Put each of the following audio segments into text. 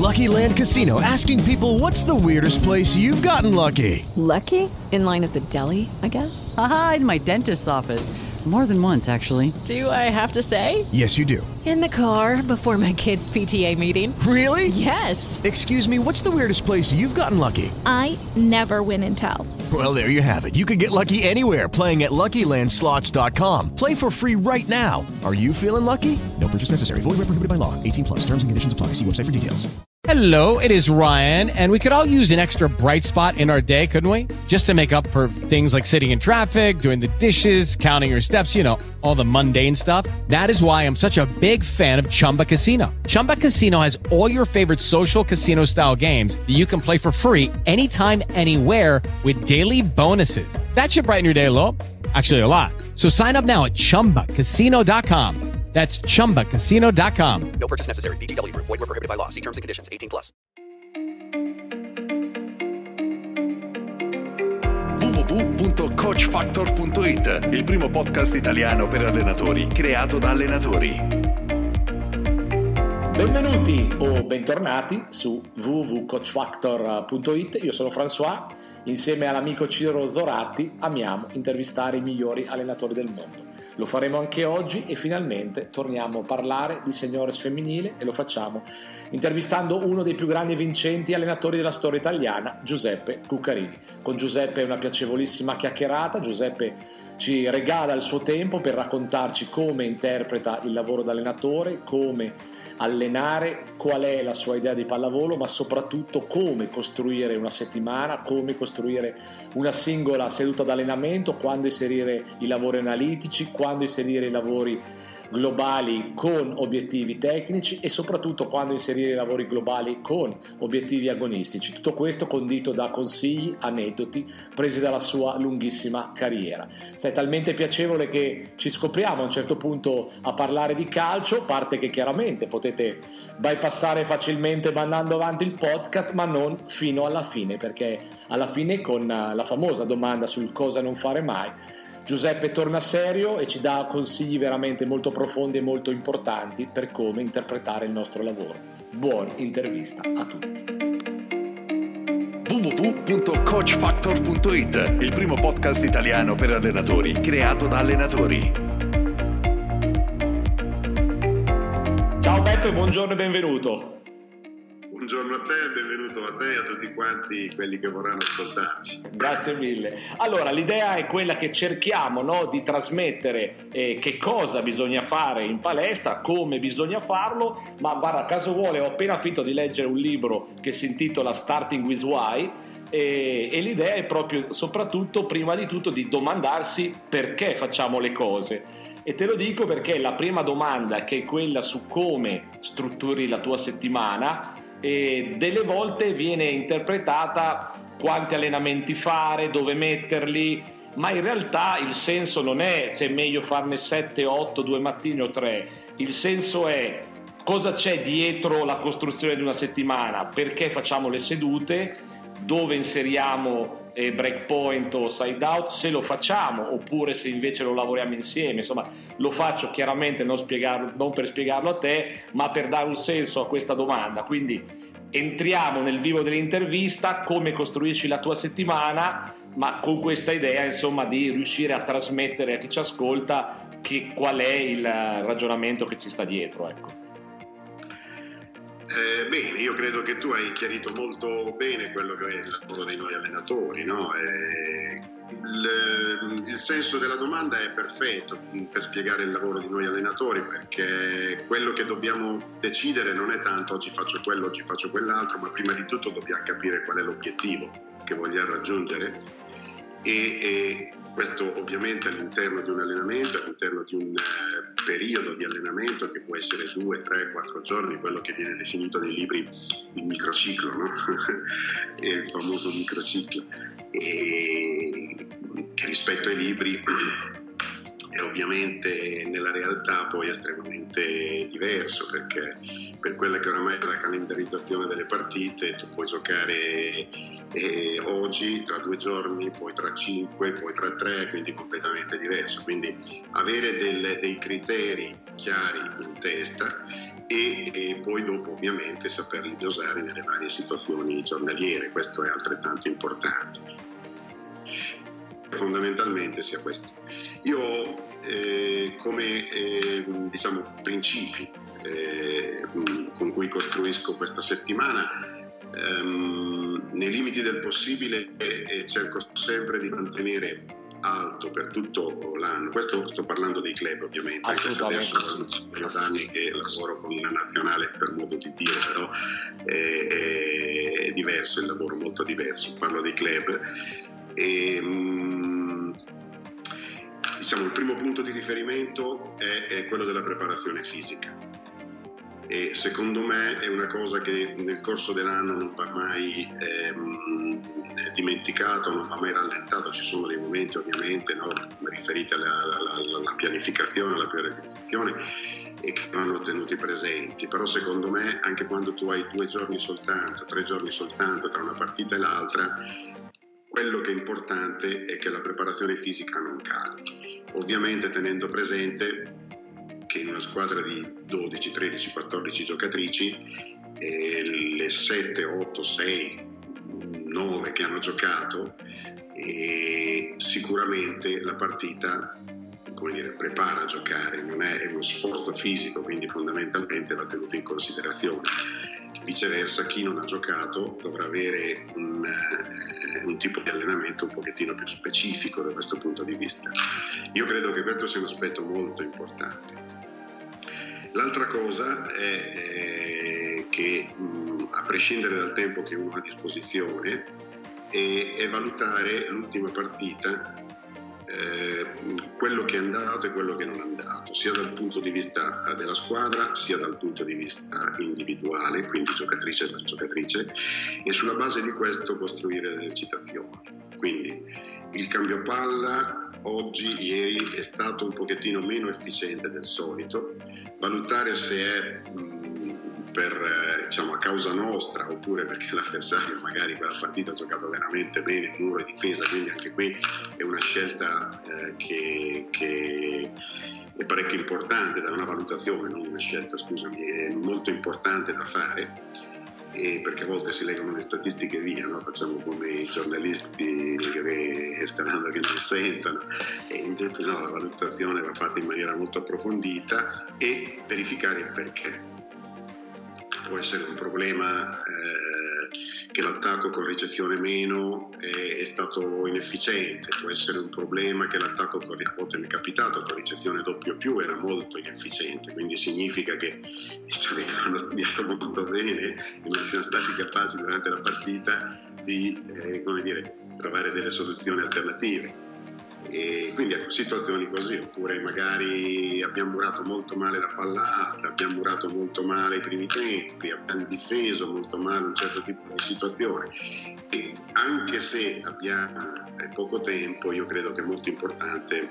Lucky Land Casino, asking people, what's the weirdest place you've gotten lucky? Lucky? In line at the deli, I guess? Aha, in my dentist's office. More than once, actually. Do I have to say? Yes, you do. In the car before my kids' PTA meeting. Really? Yes. Excuse me, what's the weirdest place you've gotten lucky? I never win and tell. Well, there you have it. You can get lucky anywhere, playing at LuckyLandSlots.com. Play for free right now. Are you feeling lucky? No purchase necessary. Void where prohibited by law. 18 plus. Terms and conditions apply. See website for details. Hello, it is Ryan, and we could all use an extra bright spot in our day, couldn't we? Just to make up for things like sitting in traffic, doing the dishes, counting your steps, you know, all the mundane stuff. That is why I'm such a big fan of Chumba Casino. Chumba Casino has all your favorite social casino-style games that you can play for free anytime, anywhere with daily bonuses. That should brighten your day a little. Actually, a lot. So sign up now at ChumbaCasino.com. That's ChumbaCasino.com. No purchase necessary. VGW Group. Void where prohibited by law. See terms and conditions. 18 plus. www.coachfactor.it, il primo podcast italiano per allenatori, creato da allenatori. Benvenuti o bentornati su www.coachfactor.it. Io sono François, insieme all'amico Ciro Zoratti amiamo intervistare i migliori allenatori del mondo. Lo faremo anche oggi e finalmente torniamo a parlare di seniores femminile e lo facciamo intervistando uno dei più grandi e vincenti allenatori della storia italiana, Giuseppe Cuccarini. Con Giuseppe è una piacevolissima chiacchierata. Giuseppe ci regala il suo tempo per raccontarci come interpreta il lavoro da allenatore, come allenare, qual è la sua idea di pallavolo, ma soprattutto come costruire una settimana, come costruire una singola seduta d'allenamento, quando inserire i lavori analitici, quando inserire i lavori globali con obiettivi tecnici e soprattutto quando inserire i lavori globali con obiettivi agonistici. Tutto questo condito da consigli, aneddoti presi dalla sua lunghissima carriera. È talmente piacevole che ci scopriamo a un certo punto a parlare di calcio, parte che chiaramente potete bypassare facilmente mandando avanti il podcast, ma non fino alla fine, perché alla fine con la famosa domanda sul cosa non fare mai Giuseppe torna serio e ci dà consigli veramente molto profondi e molto importanti per come interpretare il nostro lavoro. Buona intervista a tutti. www.coachfactor.it, il primo podcast italiano per allenatori, creato da allenatori. Ciao Beppe, buongiorno e benvenuto. Buongiorno a te, benvenuto a te e a tutti quanti quelli che vorranno ascoltarci. Grazie mille. Allora, l'idea è quella che cerchiamo, no, di trasmettere che cosa bisogna fare in palestra, come bisogna farlo, ma guarda, caso vuole, ho appena finito di leggere un libro che si intitola Starting with Why e l'idea è proprio, soprattutto, prima di tutto, di domandarsi perché facciamo le cose. E te lo dico perché la prima domanda, che è quella su come strutturi la tua settimana, e delle volte viene interpretata quanti allenamenti fare, dove metterli, ma in realtà il senso non è se è meglio farne 7, 8, 2 mattini o 3. Il senso è cosa c'è dietro la costruzione di una settimana, perché facciamo le sedute, dove inseriamo breakpoint o side out, se lo facciamo oppure se invece lo lavoriamo insieme. Insomma, lo faccio chiaramente non per spiegarlo a te, ma per dare un senso a questa domanda. Quindi entriamo nel vivo dell'intervista, come costruirci la tua settimana, ma con questa idea, insomma, di riuscire a trasmettere a chi ci ascolta qual è il ragionamento che ci sta dietro, ecco. Bene, io credo che tu hai chiarito molto bene quello che è il lavoro dei noi allenatori, no? Il senso della domanda è perfetto per spiegare il lavoro di noi allenatori, perché quello che dobbiamo decidere non è tanto oggi faccio quello, oggi faccio quell'altro, ma prima di tutto dobbiamo capire qual è l'obiettivo che vogliamo raggiungere e questo ovviamente all'interno di un allenamento, all'interno di un periodo di allenamento che può essere 2, 3, 4 giorni, quello che viene definito nei libri il microciclo, no? Il famoso microciclo, e che rispetto ai libri è ovviamente nella realtà poi estremamente diverso, perché per quella che oramai è la calendarizzazione delle partite tu puoi giocare oggi, tra 2 giorni, poi tra 5, poi tra 3, quindi completamente diverso. Quindi avere dei criteri chiari in testa e poi dopo ovviamente saperli dosare nelle varie situazioni giornaliere. Questo è altrettanto importante. Fondamentalmente sia questo. Io ho come principi con cui costruisco questa settimana, nei limiti del possibile cerco sempre di mantenere alto per tutto l'anno. Questo sto parlando dei club ovviamente, anche se adesso sono anni che lavoro con una nazionale, per modo di dire, però è diverso il lavoro, molto diverso. Parlo dei club il primo punto di riferimento è quello della preparazione fisica, e secondo me è una cosa che nel corso dell'anno non va mai dimenticato, non va mai rallentato. Ci sono dei momenti ovviamente riferiti alla pianificazione, alla priorizzazione, e che vanno tenuti presenti, però secondo me anche quando tu hai 2 giorni soltanto, 3 giorni soltanto tra una partita e l'altra, quello che è importante è che la preparazione fisica non cali, ovviamente tenendo presente che in una squadra di 12, 13, 14 giocatrici, le 7, 8, 6, 9 che hanno giocato, sicuramente la partita prepara a giocare, non è uno sforzo fisico, quindi fondamentalmente va tenuto in considerazione. Viceversa, chi non ha giocato dovrà avere un tipo di allenamento un pochettino più specifico da questo punto di vista. Io credo che questo sia un aspetto molto importante. L'altra cosa è che a prescindere dal tempo che uno ha a disposizione è valutare l'ultima partita, quello che è andato e quello che non è andato, sia dal punto di vista della squadra sia dal punto di vista individuale, quindi giocatrice per giocatrice, e sulla base di questo costruire delle citazioni. Quindi il cambio palla ieri è stato un pochettino meno efficiente del solito, valutare se è a causa nostra oppure perché l'avversario magari quella partita ha giocato veramente bene, muro e difesa, quindi anche qui è una scelta che è parecchio importante da una valutazione, non una scelta, scusami, è molto importante da fare, perché a volte si leggono le statistiche via, no? Facciamo come i giornalisti sperando che non sentano, e invece no, la valutazione va fatta in maniera molto approfondita e verificare il perché. Può essere un problema che l'attacco con ricezione meno è stato inefficiente, può essere un problema che l'attacco a volte mi è capitato con ricezione doppio più era molto inefficiente, quindi significa che hanno studiato molto bene e non siano stati capaci durante la partita di trovare delle soluzioni alternative. E quindi situazioni così, oppure magari abbiamo murato molto male la palla alta, abbiamo murato molto male i primi tempi, abbiamo difeso molto male un certo tipo di situazione, e anche se abbiamo poco tempo, io credo che è molto importante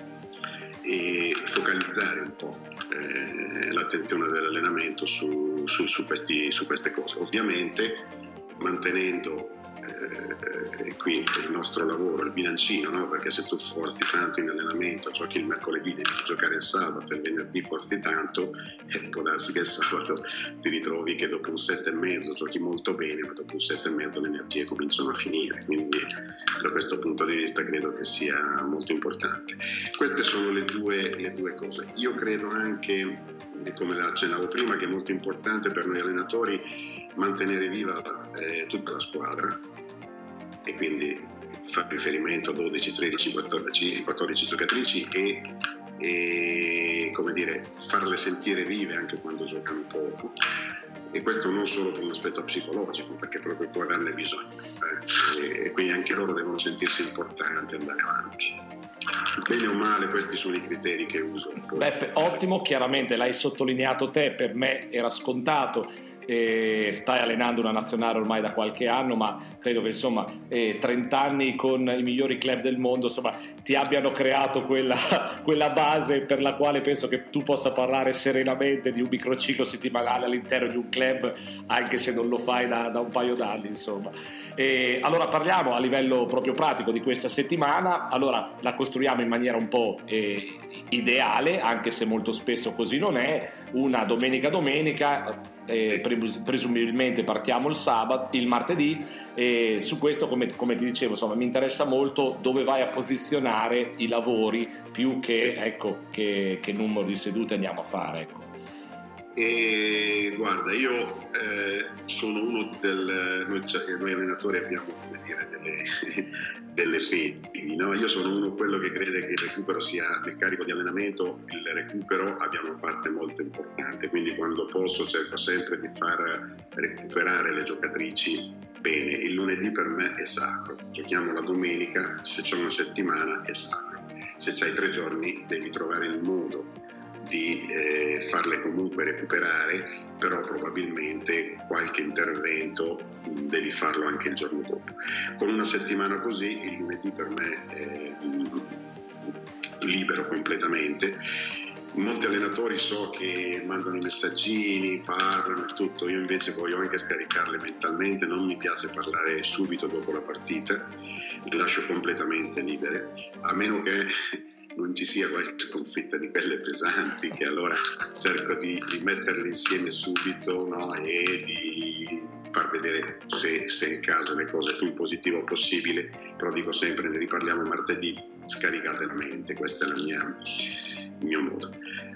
focalizzare un po' l'attenzione dell'allenamento su queste cose, ovviamente mantenendo qui il nostro lavoro, il bilancino, no? Perché se tu forzi tanto in allenamento, giochi il mercoledì, devi giocare il sabato, il venerdì forzi tanto, può darsi che il sabato ti ritrovi che dopo un 7,5 giochi molto bene, ma dopo un 7,5 le energie cominciano a finire, quindi da questo punto di vista credo che sia molto importante. Queste sono le due cose. Io credo anche, come accennavo prima, che è molto importante per noi allenatori mantenere viva tutta la squadra, e quindi fare riferimento a 12, 13, 14 giocatrici e farle sentire vive anche quando giocano poco, e questo non solo per un aspetto psicologico, perché proprio poi averne bisogno, e quindi anche loro devono sentirsi importanti e andare avanti. Bene o male, questi sono i criteri che uso. Beppe, ottimo, chiaramente l'hai sottolineato te, per me era scontato. Stai allenando una nazionale ormai da qualche anno, ma credo che 30 anni con i migliori club del mondo ti abbiano creato quella base per la quale penso che tu possa parlare serenamente di un microciclo settimanale all'interno di un club, anche se non lo fai da un paio d'anni, insomma. E allora parliamo a livello proprio pratico di questa settimana. Allora la costruiamo in maniera un po' ideale, anche se molto spesso così non è. Una domenica, presumibilmente partiamo il martedì, e su questo come ti dicevo, insomma, mi interessa molto dove vai a posizionare i lavori più che numero di sedute andiamo a fare, ecco. E guarda, io sono uno noi allenatori abbiamo, come dire, delle fedi, no? Io sono uno quello che crede che il recupero sia, nel carico di allenamento, il recupero abbia una parte molto importante, quindi quando posso cerco sempre di far recuperare le giocatrici bene. Il lunedì per me è sacro, giochiamo la domenica, se c'è una settimana è sacro, se c'hai 3 giorni devi trovare il modo di farle comunque recuperare, però probabilmente qualche intervento devi farlo anche il giorno dopo. Con una settimana così il lunedì per me è libero completamente. Molti allenatori so che mandano i messaggini, parlano e tutto, io invece voglio anche scaricarle mentalmente, non mi piace parlare subito dopo la partita, le lascio completamente libere, a meno che non ci sia qualche sconfitta di quelle pesanti, che allora cerco di metterle insieme subito, no? E di far vedere, se è il caso, le cose più in positivo possibile, però dico sempre, ne riparliamo martedì, scaricate la mente, questo è il mio modo.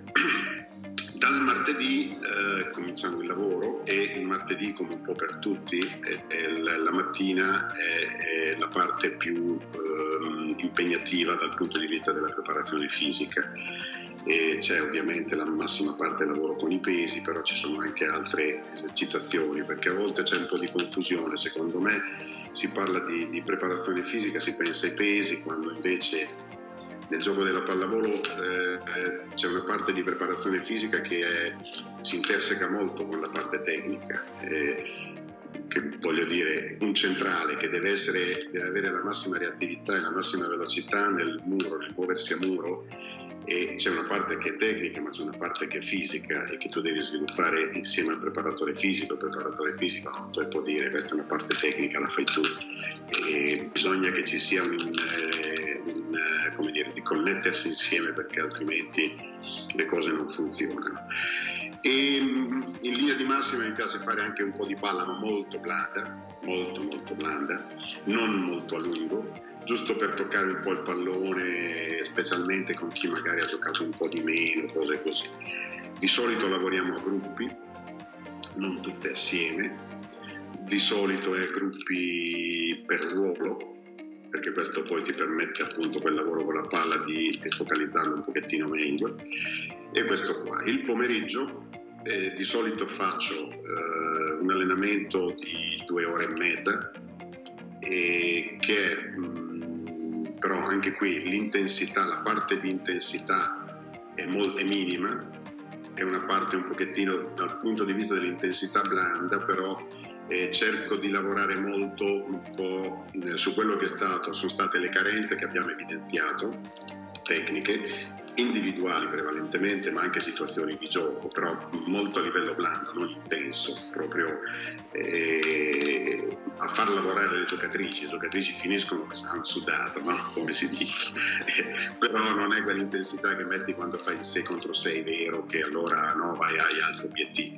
Dal martedì cominciamo il lavoro, e il martedì, come un po' per tutti, la mattina è la parte più impegnativa dal punto di vista della preparazione fisica, e c'è ovviamente la massima parte del lavoro con i pesi, però ci sono anche altre esercitazioni, perché a volte c'è un po' di confusione. Secondo me si parla di preparazione fisica, si pensa ai pesi, quando invece nel gioco della pallavolo c'è una parte di preparazione fisica che si interseca molto con la parte tecnica, che voglio dire, un centrale che deve avere la massima reattività e la massima velocità nel muoversi a muro, e c'è una parte che è tecnica ma c'è una parte che è fisica e che tu devi sviluppare insieme al preparatore fisico. Il preparatore fisico non te può dire questa è una parte tecnica, la fai tu, e bisogna che ci sia come dire, di connettersi insieme, perché altrimenti le cose non funzionano. E in linea di massima mi piace fare anche un po' di palla, ma molto blanda, molto blanda, non molto a lungo, giusto per toccare un po' il pallone, specialmente con chi magari ha giocato un po' di meno, cose così. Di solito lavoriamo a gruppi, non tutte assieme, di solito è gruppi per ruolo, perché questo poi ti permette appunto quel lavoro con la palla di focalizzarlo un pochettino meglio. E questo qua. Il pomeriggio di solito faccio un allenamento di 2 ore e mezza, che però anche qui l'intensità, la parte di intensità è minima, è una parte un pochettino dal punto di vista dell'intensità blanda, però cerco di lavorare molto un po' su quello che sono state le carenze che abbiamo evidenziato, tecniche, individuali prevalentemente, ma anche situazioni di gioco, però molto a livello blando, non intenso, proprio a far lavorare le giocatrici. Le giocatrici finiscono che hanno sudato, no? Come si dice, però non è quell'intensità che metti quando fai il 6 contro 6 vero, che allora no, hai altri obiettivi.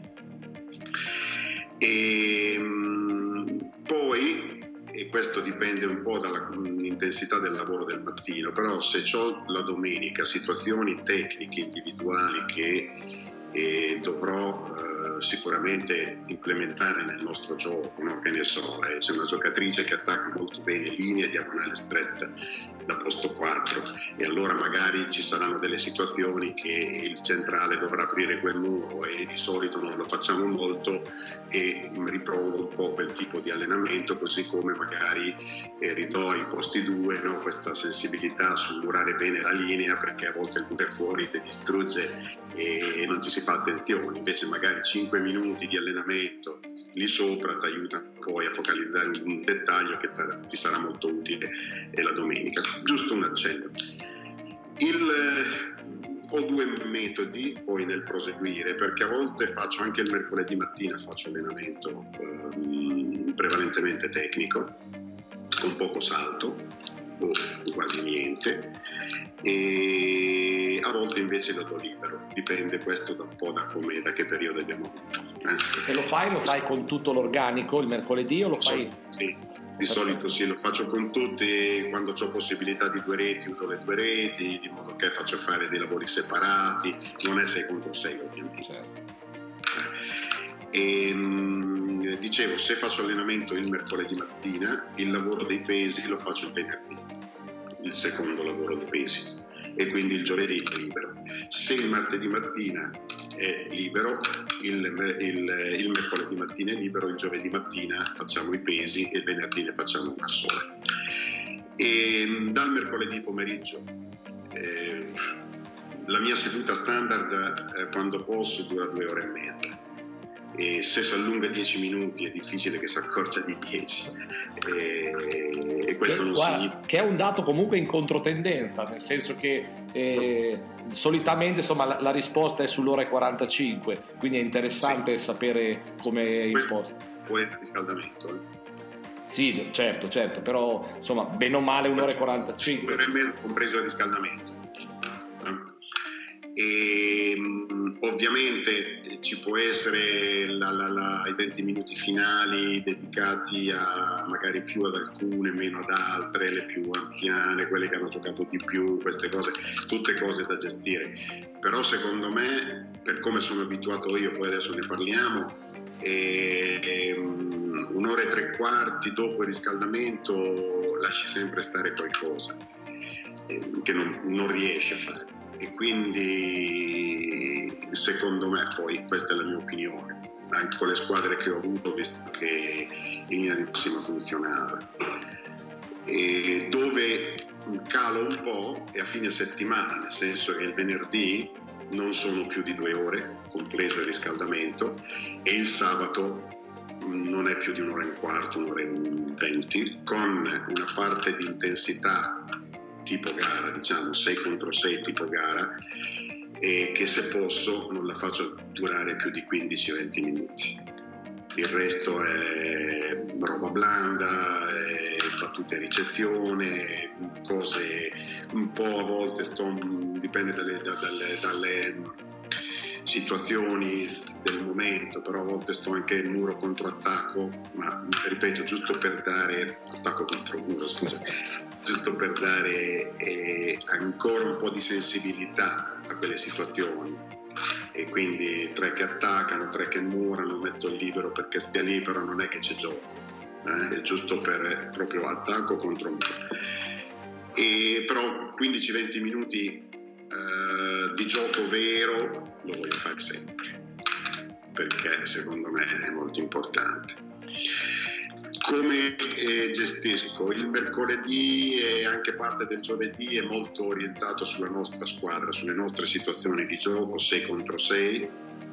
E poi, e questo dipende un po' dall'intensità del lavoro del mattino, però se ho la domenica situazioni tecniche individuali che dovrò sicuramente implementare nel nostro gioco, no? Che ne so, c'è una giocatrice che attacca molto bene linea diagonale stretta da posto 4, e allora magari ci saranno delle situazioni che il centrale dovrà aprire quel muro, e di solito non lo facciamo molto, e riprovo un po' quel tipo di allenamento, così come magari ridò ai posti 2, no? Questa sensibilità sul murare bene la linea, perché a volte il muro è fuori ti distrugge e non ci si fa attenzione. Invece magari 5 5 minuti di allenamento lì sopra ti aiuta poi a focalizzare un dettaglio che ti sarà molto utile la domenica. Giusto un accenno. Ho 2 metodi poi nel proseguire, perché a volte faccio anche il mercoledì mattina, faccio allenamento prevalentemente tecnico, con poco salto o quasi niente, e a volte invece lo do libero, dipende questo da un po' da che periodo abbiamo avuto. Se lo fai con tutto l'organico il mercoledì o lo fai? Sì. Di solito sì, lo faccio con tutti, quando ho possibilità di 2 reti uso le 2 reti, di modo che faccio fare dei lavori separati, non è 6 contro 6 ovviamente. Certo. Dicevo, se faccio allenamento il mercoledì mattina, il lavoro dei pesi lo faccio il venerdì, il secondo lavoro dei pesi, e quindi il giovedì è libero. Se il martedì mattina è libero, il mercoledì mattina è libero, il giovedì mattina facciamo i pesi e il venerdì ne facciamo una sola. E dal mercoledì pomeriggio la mia seduta standard quando posso dura 2 ore e mezza, e se si allunga 10 minuti è difficile che si accorcia di 10, e questo non significa che è un dato comunque in controtendenza, nel senso che solitamente insomma la risposta è sull'ora e 45, quindi è interessante sapere come risposta. Fuori dal riscaldamento. Sì, certo, però insomma bene o male un'ora e 45. 2 ore e mezzo compreso il riscaldamento. E ovviamente ci può essere i 20 minuti finali dedicati magari più ad alcune, meno ad altre, le più anziane, quelle che hanno giocato di più, queste cose, tutte cose da gestire. Però secondo me, per come sono abituato io, poi adesso ne parliamo, 1 ora e 3/4 dopo il riscaldamento lasci sempre stare qualcosa che non riesci a fare. E quindi secondo me, poi questa è la mia opinione, anche con le squadre che ho avuto, ho visto che in linea di massima funzionava, e dove calo un po' è a fine settimana, nel senso che il venerdì non sono più di 2 ore, compreso il riscaldamento, e il sabato non è più di 1 ora e un quarto, 1 ora e 20, con una parte di intensità tipo gara, diciamo 6 contro 6 tipo gara, e che se posso non la faccio durare più di 15-20 minuti. Il resto è roba blanda, battute a ricezione, cose un po' a volte dipende dalle situazioni del momento, però a volte sto anche in muro contro attacco, ma ripeto, giusto per dare attacco contro muro, scusa, giusto per dare ancora un po' di sensibilità a quelle situazioni, e quindi 3 che attaccano, 3 che murano, metto il libero perché stia lì, però non è che c'è gioco, è giusto per proprio attacco contro muro. E però 15-20 minuti di gioco vero lo voglio fare sempre, perché secondo me è molto importante. Come gestisco? Il mercoledì e anche parte del giovedì è molto orientato sulla nostra squadra, sulle nostre situazioni di gioco 6 contro 6,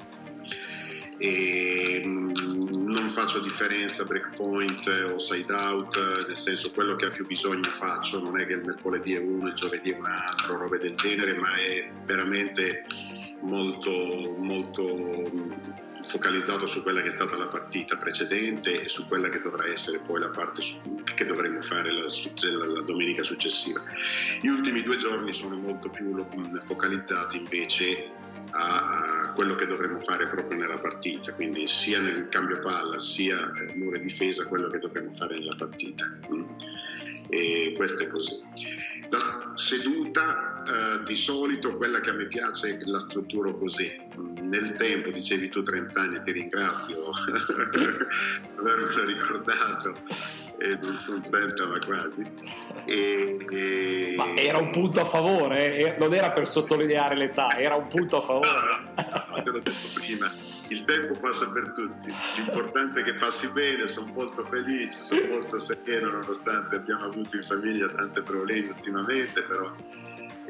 e non faccio differenza breakpoint o side out, nel senso quello che ha più bisogno faccio, non è che il mercoledì è uno, il giovedì è un altro, robe del genere, ma è veramente molto focalizzato su quella che è stata la partita precedente e su quella che dovrà essere poi la parte che dovremo fare la domenica successiva. Gli ultimi 2 giorni sono molto più focalizzati invece a quello che dovremo fare proprio nella partita, quindi sia nel cambio palla sia muro e difesa, quello che dovremo fare nella partita. E questo è così. La seduta di solito, quella che a me piace, la strutturo così. Nel tempo, dicevi tu 30 anni, ti ringrazio avermelo ricordato, non sono 30 ma quasi. Ma era un punto a favore, non era per sottolineare l'età, era un punto a favore. No, te l'ho detto prima, il tempo passa per tutti, l'importante è che passi bene, sono molto felice, sono molto sereno, nonostante abbiamo avuto in famiglia tanti problemi ultimamente, però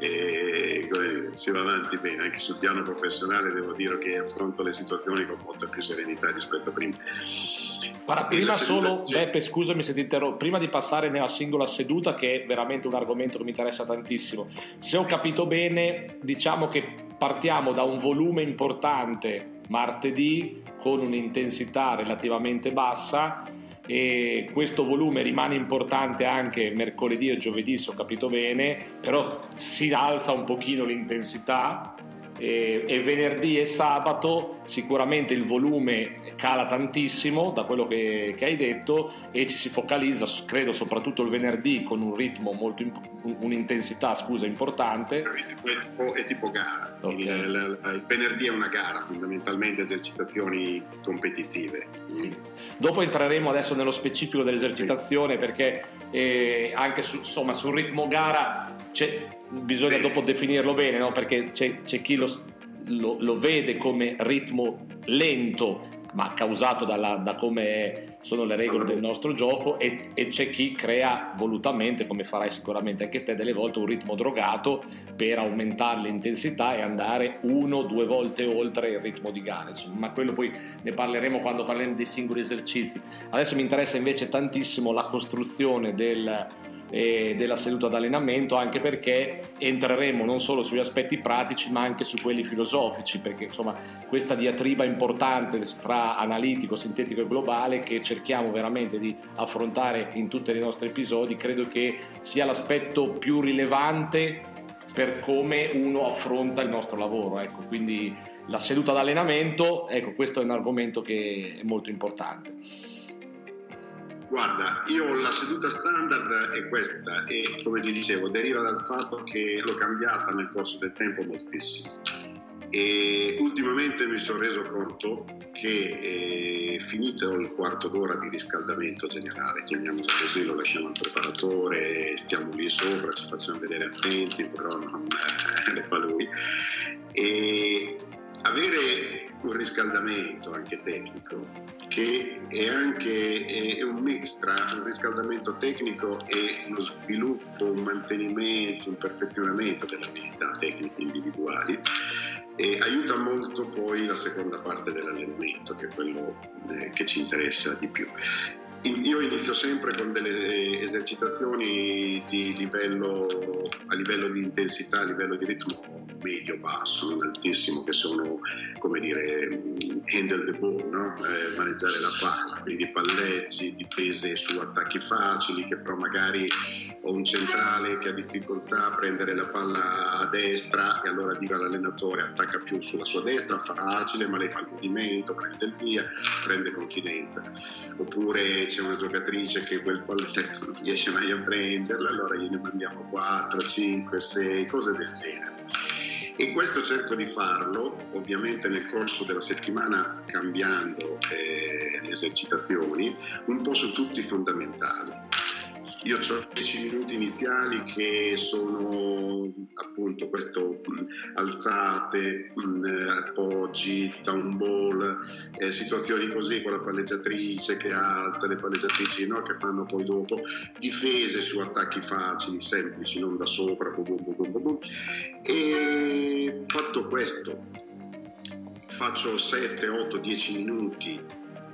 e si va avanti bene. Anche sul piano professionale devo dire che affronto le situazioni con molta più serenità rispetto a prima. Prima solo, Beppe, scusami se ti interrompo, prima di passare nella singola seduta, che è veramente un argomento che mi interessa tantissimo, se ho capito bene, diciamo che partiamo da un volume importante martedì con un'intensità relativamente bassa, e questo volume rimane importante anche mercoledì e giovedì, se ho capito bene, però si alza un pochino l'intensità, e venerdì e sabato sicuramente il volume cala tantissimo da quello che hai detto, e ci si focalizza, credo, soprattutto il venerdì con un ritmo molto un'intensità importante. È tipo gara. Okay. Il venerdì è una gara, fondamentalmente esercitazioni competitive. Sì. Dopo entreremo adesso nello specifico dell'esercitazione, perché anche sul ritmo gara bisogna dopo definirlo bene, no? Perché c'è chi lo vede come ritmo lento, ma causato da come sono le regole del nostro gioco, e c'è chi crea volutamente, come farai sicuramente anche te delle volte, un ritmo drogato per aumentare l'intensità e andare 1-2 volte oltre il ritmo di gara, insomma. Ma quello poi ne parleremo quando parleremo dei singoli esercizi. Adesso mi interessa invece tantissimo la costruzione della seduta d'allenamento, anche perché entreremo non solo sugli aspetti pratici ma anche su quelli filosofici, perché insomma questa diatriba importante tra analitico, sintetico e globale che cerchiamo veramente di affrontare in tutti i nostri episodi, credo che sia l'aspetto più rilevante per come uno affronta il nostro lavoro, ecco. Quindi la seduta d'allenamento, ecco, questo è un argomento che è molto importante. Guarda, io la seduta standard è questa, e come ti dicevo deriva dal fatto che l'ho cambiata nel corso del tempo moltissimo, e ultimamente mi sono reso conto che finito il quarto d'ora di riscaldamento generale, chiamiamolo così, lo lasciamo al preparatore, stiamo lì sopra, ci facciamo vedere attenti, però non le fa lui, e avere un riscaldamento anche tecnico che è un mix tra un riscaldamento tecnico e uno sviluppo, un mantenimento, un perfezionamento delle abilità tecniche individuali, e aiuta molto poi la seconda parte dell'allenamento, che è quello che ci interessa di più. Io inizio sempre con delle esercitazioni a livello di intensità, a livello di ritmo medio-basso, non altissimo, che sono, come dire, handle the ball, no? Maneggiare la palla, quindi palleggi, difese su attacchi facili, che però magari ho un centrale che ha difficoltà a prendere la palla a destra, e allora dico all'allenatore attacca più sulla sua destra, facile, ma lei fa il movimento, prende il via, prende confidenza. Oppure c'è una giocatrice che quel palletto non riesce mai a prenderla, allora gliene mandiamo 4, 5, 6, cose del genere. E questo cerco di farlo ovviamente nel corso della settimana, cambiando le esercitazioni un po' su tutti i fondamentali. Io ho 10 minuti iniziali che sono appunto questo alzate, appoggi, down ball, situazioni così con la palleggiatrice che alza, le palleggiatrici, no, che fanno poi dopo difese su attacchi facili, semplici, non da sopra, e fatto questo faccio 7, 8, 10 minuti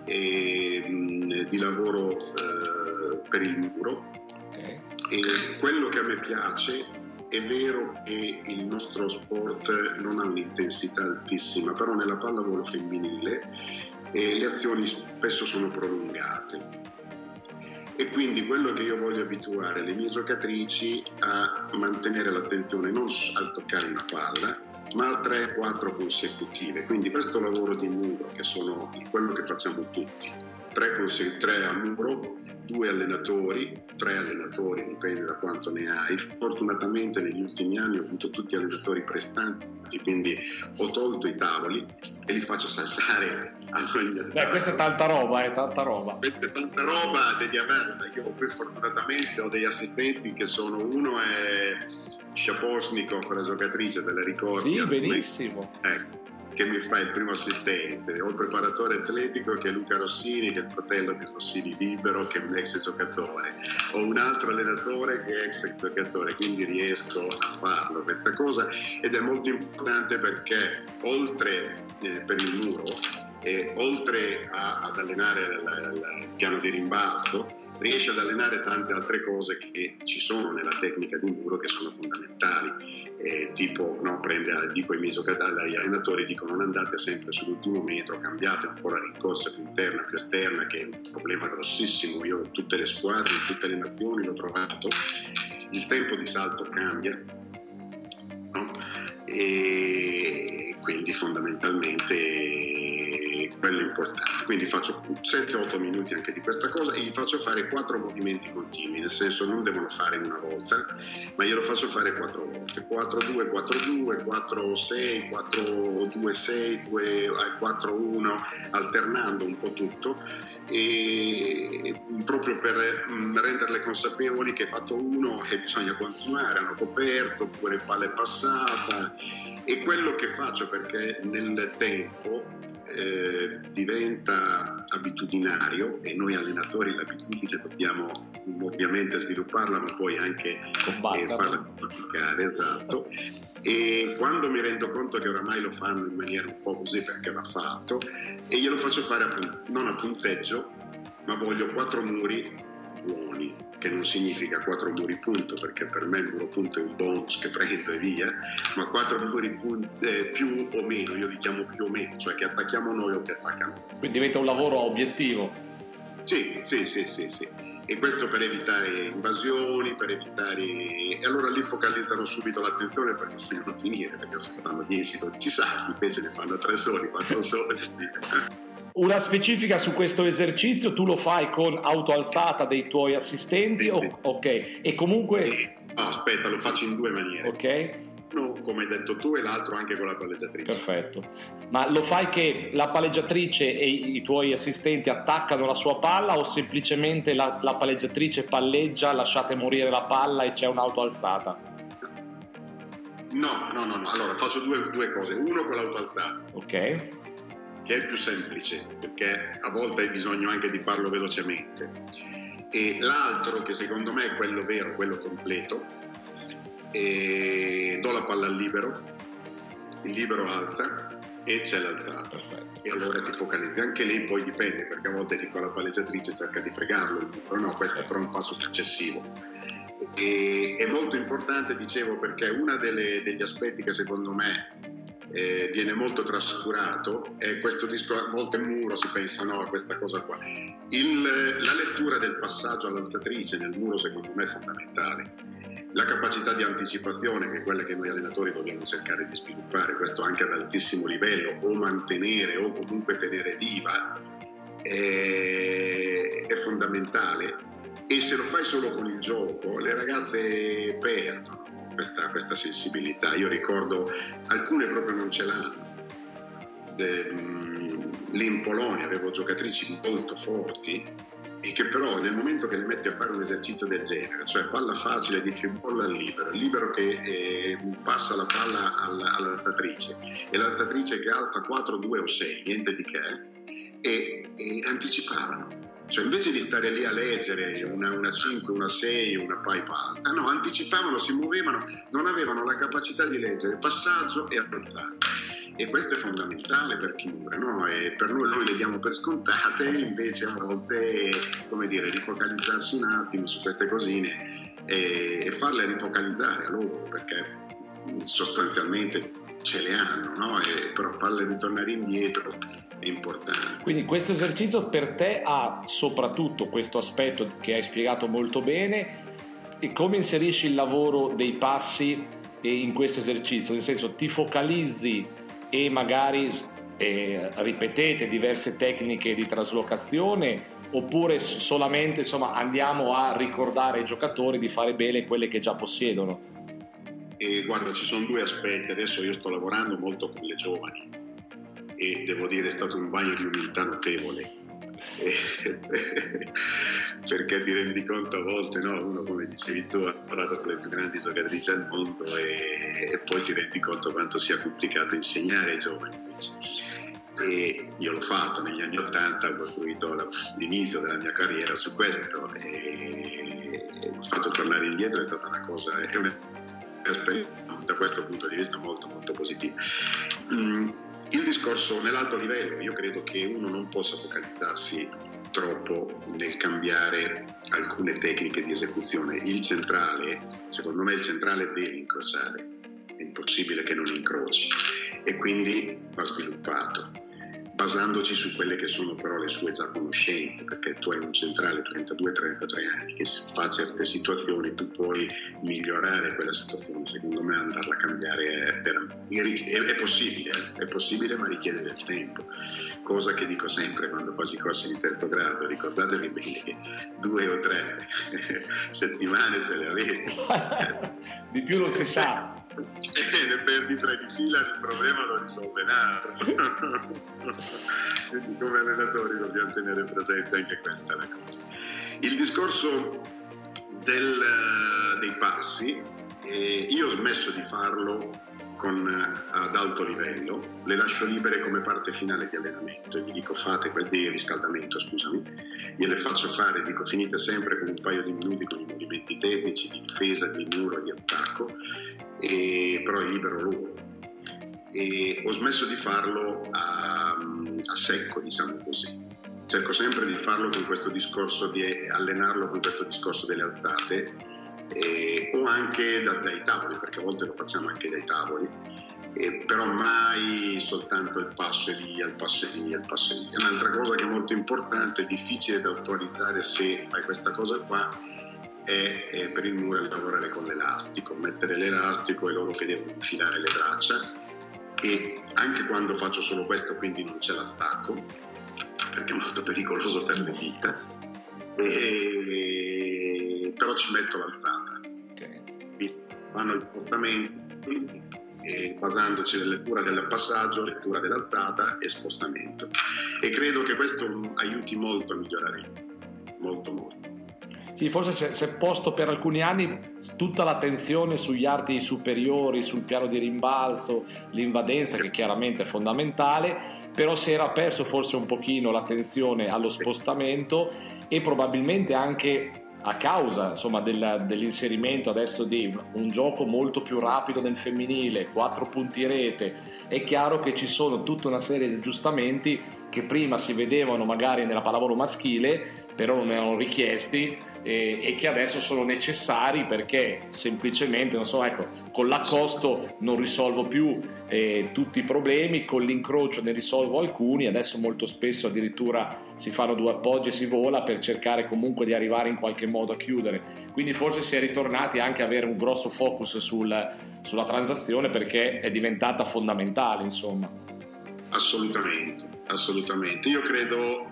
di lavoro per il muro. Okay. E quello che a me piace, è vero che il nostro sport non ha un'intensità altissima, però nella pallavolo femminile le azioni spesso sono prolungate, e quindi quello che io voglio abituare le mie giocatrici a mantenere l'attenzione non al toccare una palla, ma a 3-4 consecutive. Quindi questo lavoro di muro, che sono quello che facciamo tutti, 3 a muro, 2 allenatori, 3 allenatori, dipende da quanto ne hai. Fortunatamente negli ultimi anni ho avuto tutti allenatori prestanti, quindi ho tolto i tavoli e li faccio saltare a ogni attacco. Beh, questa è tanta roba, tanta roba. Questa è tanta roba, devi averla. Io qui fortunatamente ho degli assistenti che sono, uno è Shaposhnikov, la giocatrice, te la ricordi? Sì, benissimo. Ecco. che mi fa il primo assistente, ho il preparatore atletico che è Luca Rossini, che è il fratello di Rossini Libero, che è un ex giocatore, ho un altro allenatore che è ex giocatore, quindi riesco a farlo questa cosa, ed è molto importante perché oltre per il muro, oltre ad allenare il piano di rimbalzo, riesce ad allenare tante altre cose che ci sono nella tecnica di muro che sono fondamentali, tipo dico ai miei giocatori, agli allenatori, dico non andate sempre sull'ultimo metro, cambiate un po' la rincorsa più interna più esterna, che è un problema grossissimo. Io in tutte le squadre, in tutte le nazioni l'ho trovato, il tempo di salto cambia, no? E quindi fondamentalmente quello è importante. Quindi faccio 7-8 minuti anche di questa cosa e gli faccio fare 4 movimenti continui, nel senso non devono fare in una volta, ma glielo faccio fare 4 volte, 4-2, 4-2, 4-6, 4-2-6, 4-1, alternando un po' tutto, e proprio per renderle consapevoli che fatto uno e bisogna continuare, hanno coperto, oppure palla è passata, e quello che faccio, perché nel tempo diventa abitudinario, e noi allenatori l'abitudine dobbiamo ovviamente svilupparla, ma poi anche farla praticare, esatto. E quando mi rendo conto che oramai lo fanno in maniera un po' così perché va fatto, e glielo faccio fare non a punteggio, ma voglio 4 muri buoni, che non significa 4 muri punto, perché per me il muro punto è un bonus che prendo e via, ma 4 muri più o meno, io li chiamo più o meno, cioè che attacchiamo noi o che attaccano. Quindi diventa un lavoro a obiettivo. Sì. E questo per evitare invasioni, e allora lì focalizzano subito l'attenzione per non finire, perché se stanno 10-12 salti, invece ne fanno 3 soli, 4 soli. Una specifica su questo esercizio: tu lo fai con autoalzata dei tuoi assistenti? Ok, e comunque... No, aspetta, lo faccio in 2 maniere. Ok. Uno, come hai detto tu, e l'altro anche con la palleggiatrice. Perfetto. Ma lo fai che la palleggiatrice e i tuoi assistenti attaccano la sua palla, o semplicemente la palleggiatrice palleggia, lasciate morire la palla e c'è un'autoalzata? No. Allora faccio due cose. Uno con l'autoalzata. Ok. Che è il più semplice, perché a volte hai bisogno anche di farlo velocemente. E l'altro, che secondo me è quello vero, quello completo, e do la palla al libero, il libero alza e c'è l'alzata. Perfetto. E allora ti focalizzi. Anche lì poi dipende, perché a volte dico alla palleggiatrice cerca di fregarlo, però no, questo è però un passo successivo. E è molto importante, dicevo, perché uno degli aspetti che secondo me viene molto trascurato è questo discorso. A volte il muro si pensa no a questa cosa qua, la lettura del passaggio all'alzatrice nel muro secondo me è fondamentale, la capacità di anticipazione, che è quella che noi allenatori dobbiamo cercare di sviluppare, questo anche ad altissimo livello, o mantenere o comunque tenere viva, è fondamentale. E se lo fai solo con il gioco, le ragazze perdono questa sensibilità. Io ricordo alcune proprio non ce l'hanno. Lì in Polonia avevo giocatrici molto forti e che però nel momento che le metti a fare un esercizio del genere, cioè palla facile, dici bolla al libero, il libero che passa la palla all'alzatrice e l'alzatrice che alza 4, 2 o 6, niente di che, e anticipavano. Cioè invece di stare lì a leggere una 5, una 6, una pipe alta, no, anticipavano, si muovevano, non avevano la capacità di leggere passaggio e alzare. E questo è fondamentale per chiudere, no? E per noi le diamo per scontate, invece a volte, come dire, rifocalizzarsi un attimo su queste cosine e farle rifocalizzare a loro, perché sostanzialmente ce le hanno, no? E però farle ritornare indietro è importante. Quindi questo esercizio per te ha soprattutto questo aspetto che hai spiegato molto bene. E come inserisci il lavoro dei passi in questo esercizio? Nel senso, ti focalizzi e magari ripetete diverse tecniche di traslocazione, oppure solamente andiamo a ricordare ai giocatori di fare bene quelle che già possiedono? E guarda, ci sono 2 aspetti. Adesso io sto lavorando molto con le giovani e devo dire è stato un bagno di umiltà notevole, perché ti rendi conto a volte, no? Uno, come dicevi tu, ha parlato con le più grandi giocatrici al mondo e poi ti rendi conto quanto sia complicato insegnare ai giovani invece. E io l'ho fatto negli anni '80, ho costruito l'inizio della mia carriera su questo e il fatto tornare indietro è stata una cosa, è un'esperienza da questo punto di vista molto molto positiva. Il discorso nell'alto livello, io credo che uno non possa focalizzarsi troppo nel cambiare alcune tecniche di esecuzione. Il centrale, secondo me il centrale deve incrociare, è impossibile che non incroci e quindi va sviluppato, basandoci su quelle che sono però le sue già conoscenze, perché tu hai un centrale 32-33 anni che fa certe situazioni, tu puoi migliorare quella situazione, secondo me andarla a cambiare è possibile ma richiede del tempo, cosa che dico sempre quando faccio i corsi di terzo grado, ricordatevi bene che 2 o 3 settimane ce le avete. Di più non si sa. Ne perdi 3 di fila, il problema lo risolve un altro. Quindi come allenatori dobbiamo tenere presente anche questa la cosa. Il discorso dei passi, io ho smesso di farlo ad alto livello, le lascio libere come parte finale di allenamento e gli dico fate quel di riscaldamento, scusami, gliele faccio fare, dico finite sempre con un paio di minuti con i movimenti tecnici di difesa, di muro, di attacco, però è libero loro. E ho smesso di farlo a secco, diciamo così. Cerco sempre di farlo con questo discorso, di allenarlo con questo discorso delle alzate o anche dai tavoli, perché a volte lo facciamo anche dai tavoli, però mai soltanto il passo e via, il passo e via, il passo e via. Un'altra cosa che è molto importante, è difficile da attualizzare se fai questa cosa qua, è per il muro lavorare con l'elastico, mettere l'elastico e loro che devono infilare le braccia. E anche quando faccio solo questo, quindi non c'è l'attacco perché è molto pericoloso per le dita, però ci metto l'alzata, okay. Fanno il spostamento basandoci nella lettura del passaggio, lettura dell'alzata e spostamento, e credo che questo aiuti molto a migliorare, molto. Sì, forse si è posto per alcuni anni tutta l'attenzione sugli arti superiori, sul piano di rimbalzo, l'invadenza che chiaramente è fondamentale, però si era perso forse un pochino l'attenzione allo spostamento e probabilmente anche a causa insomma dell'inserimento adesso di un gioco molto più rapido nel femminile, 4 punti rete. È chiaro che ci sono tutta una serie di aggiustamenti che prima si vedevano magari nella pallavolo maschile, però non erano richiesti e che adesso sono necessari perché semplicemente, non so, ecco, con l'accosto non risolvo più tutti i problemi, con l'incrocio ne risolvo alcuni, adesso molto spesso addirittura si fanno 2 appoggi e si vola per cercare comunque di arrivare in qualche modo a chiudere, quindi forse si è ritornati anche a avere un grosso focus sulla transazione perché è diventata fondamentale, insomma. Assolutamente, io credo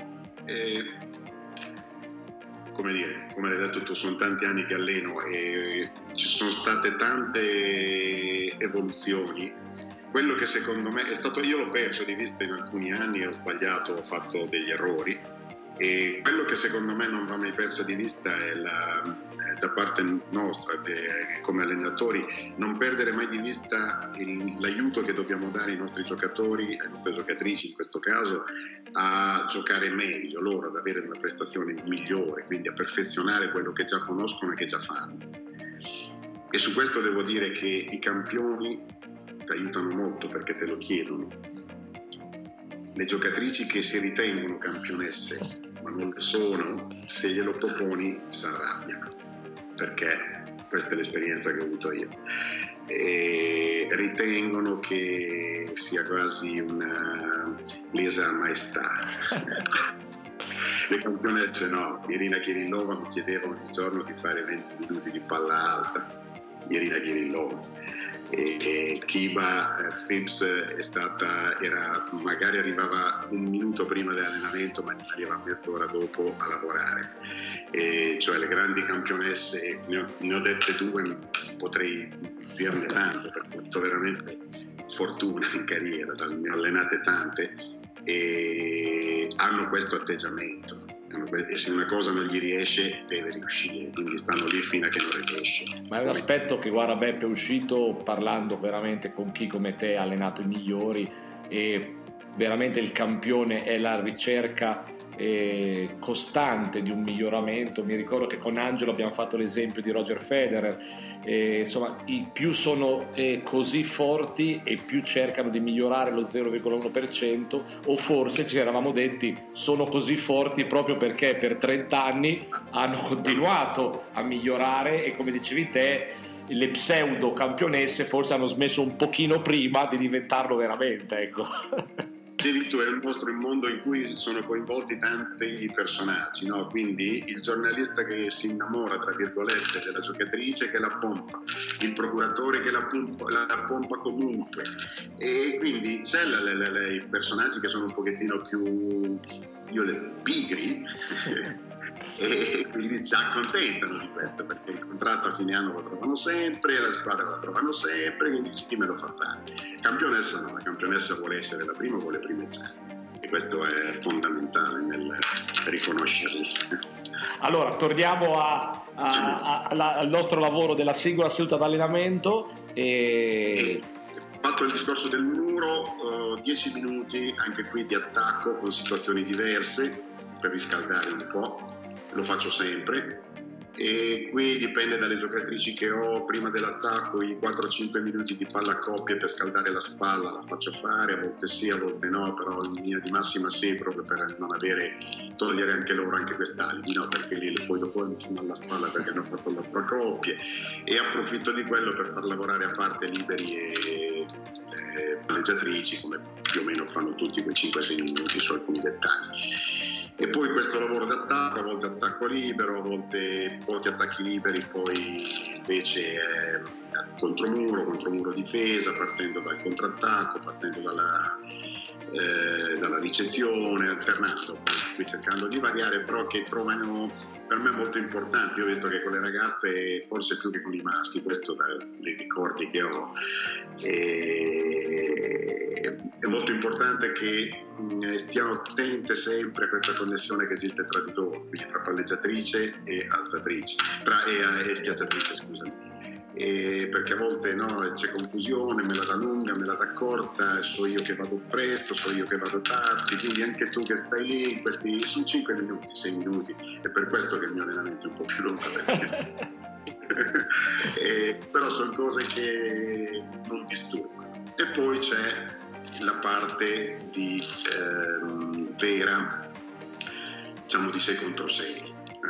come l'hai detto tu, sono tanti anni che alleno e ci sono state tante evoluzioni. Quello che secondo me è stato, io l'ho perso di vista in alcuni anni, ho sbagliato, ho fatto degli errori, e quello che secondo me non va mai perso di vista è da parte nostra come allenatori, non perdere mai di vista l'aiuto che dobbiamo dare ai nostri giocatori, alle nostre giocatrici in questo caso, a giocare meglio loro, ad avere una prestazione migliore, quindi a perfezionare quello che già conoscono e che già fanno. E su questo devo dire che i campioni ti aiutano molto perché te lo chiedono. Le giocatrici che si ritengono campionesse ma non lo sono, se glielo proponi si arrabbiano, perché questa è l'esperienza che ho avuto io, e ritengono che sia quasi una lesa maestà. Le campionesse no. Irina Kirillova mi chiedeva ogni giorno di fare 20 minuti di palla alta, Irina Kirillova. E Kiba Phipps magari arrivava un minuto prima dell'allenamento ma arriva mezz'ora dopo a lavorare, cioè le grandi campionesse ne ho dette 2, potrei dirne tante perché ho avuto veramente fortuna in carriera, ne ho allenate tante e hanno questo atteggiamento e se una cosa non gli riesce deve riuscire, quindi stanno lì fino a che non riesce. Ma è un aspetto che, guarda, Beppe, è uscito parlando veramente con chi come te ha allenato i migliori, e veramente il campione è la ricerca costante di un miglioramento. Mi ricordo che con Angelo abbiamo fatto l'esempio di Roger Federer, insomma, i più sono così forti e più cercano di migliorare lo 0,1%, o forse ci eravamo detti sono così forti proprio perché per 30 anni hanno continuato a migliorare, e come dicevi te, le pseudo campionesse forse hanno smesso un pochino prima di diventarlo veramente, ecco. Sì, Vitto, è un nostro mondo in cui sono coinvolti tanti personaggi, no? Quindi il giornalista che si innamora, tra virgolette, della giocatrice che la pompa, il procuratore che la pompa comunque, e quindi c'è i personaggi che sono un pochettino più pigri e quindi ci accontentano di questo, perché il contratto a fine anno lo trovano sempre, la squadra la trovano sempre, quindi chi me lo fa fare? Campionessa no, la campionessa vuole essere la prima, vuole primeggiare, e questo è fondamentale nel riconoscerli. Allora, torniamo al nostro lavoro della singola seduta d'allenamento. Fatto il discorso del muro, 10 minuti anche qui di attacco con situazioni diverse per riscaldare un po'. Lo faccio sempre, e qui dipende dalle giocatrici che ho. Prima dell'attacco i 4-5 minuti di palla a coppie per scaldare la spalla la faccio fare, a volte sì, a volte no, però in linea di massima sì, proprio per non togliere anche loro anche quest'alibi, no? Perché lì poi dopo mi fanno alla spalla perché hanno fatto le coppie, e approfitto di quello per far lavorare a parte liberi e palleggiatrici, come più o meno fanno tutti quei 5-6 minuti su alcuni dettagli. E poi questo lavoro d'attacco, a volte attacco libero, a volte pochi attacchi liberi, poi invece contromuro difesa, partendo dal contrattacco, partendo dalla ricezione, alternando, qui cercando di variare, però che trovano per me molto importanti. Io ho visto che con le ragazze, forse più che con i maschi, questo dai ricordi che ho, è molto importante che stiano attente sempre a questa connessione che esiste tra di loro, quindi tra palleggiatrice e alzatrice, e schiacciatrice, scusami. Perché a volte no, c'è confusione, me la dà lunga, me la dà corta, so io che vado presto, so io che vado tardi, quindi anche tu che stai lì, questi sono 5 minuti, 6 minuti, è per questo che il mio allenamento è un po' più lungo, però sono cose che non disturbano. E poi c'è la parte di vera, diciamo di 6 contro 6.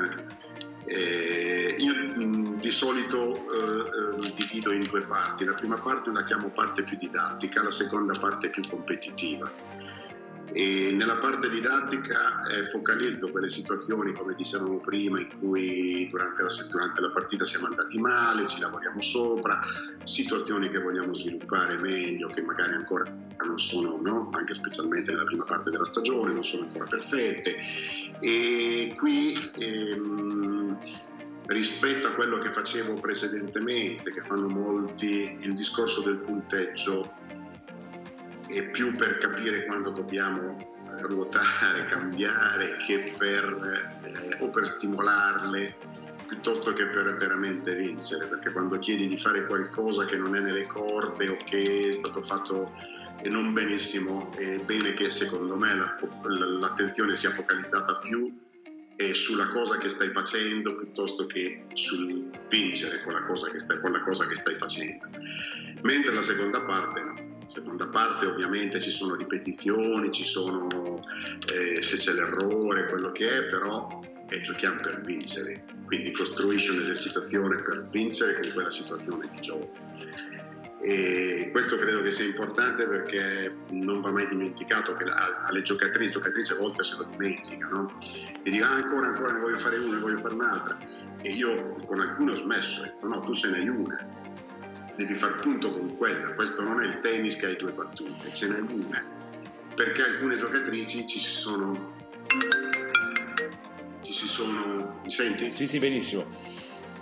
Io di solito divido in 2 parti. La prima parte la chiamo parte più didattica, la seconda parte più competitiva. E nella parte didattica focalizzo quelle situazioni, come dicevamo prima, in cui durante la partita siamo andati male, ci lavoriamo sopra, situazioni che vogliamo sviluppare meglio, che magari ancora non sono, no? Anche specialmente nella prima parte della stagione, non sono ancora perfette. E qui rispetto a quello che facevo precedentemente, che fanno molti, il discorso del punteggio è più per capire quando dobbiamo ruotare, cambiare, che o per stimolarle, piuttosto che per veramente vincere, perché quando chiedi di fare qualcosa che non è nelle corde o che è stato fatto non benissimo, è bene che secondo me l'attenzione sia focalizzata più sulla cosa che stai facendo piuttosto che sul vincere quella cosa che stai facendo. Mentre la seconda parte no. Seconda parte ovviamente ci sono ripetizioni, ci sono se c'è l'errore, quello che è, però giochiamo per vincere, quindi costruisci un'esercitazione per vincere con quella situazione di gioco. E questo credo che sia importante, perché non va mai dimenticato che alle giocatrici a volte se lo dimenticano e dicono ancora ne voglio fare una, ne voglio fare un'altra, e io con alcune ho smesso, ho detto no, tu ce n'hai una, devi far punto con quella, questo non è il tennis che hai 2 battute, ce n'è una, perché alcune giocatrici ci si sono, mi senti? Sì, benissimo.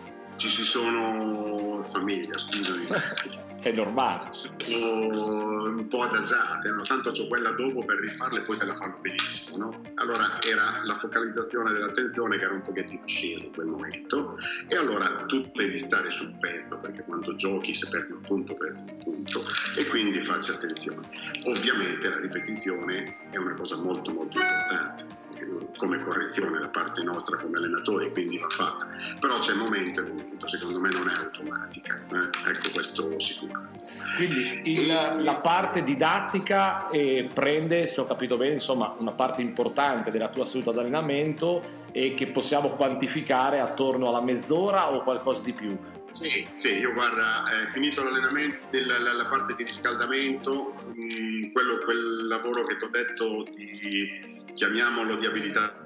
ci si sono famiglia, scusami, è normale, un po' adagiate, no? Tanto c'ho quella dopo per rifarla e poi te la fanno benissimo, no? Allora era la focalizzazione dell'attenzione che era un pochettino scesa in quel momento, e allora tu devi stare sul pezzo, perché quando giochi se perdi un punto e quindi facci attenzione. Ovviamente la ripetizione è una cosa molto molto importante come correzione da parte nostra come allenatori, quindi va fatta, però c'è momento, secondo me non è automatica, ecco, questo sicuro. Quindi la parte didattica prende, se ho capito bene, insomma, una parte importante della tua seduta d'allenamento, e che possiamo quantificare attorno alla mezz'ora o qualcosa di più. Sì, io guarda, finito l'allenamento, la parte di riscaldamento, quel lavoro che ti ho detto chiamiamolo di abilità,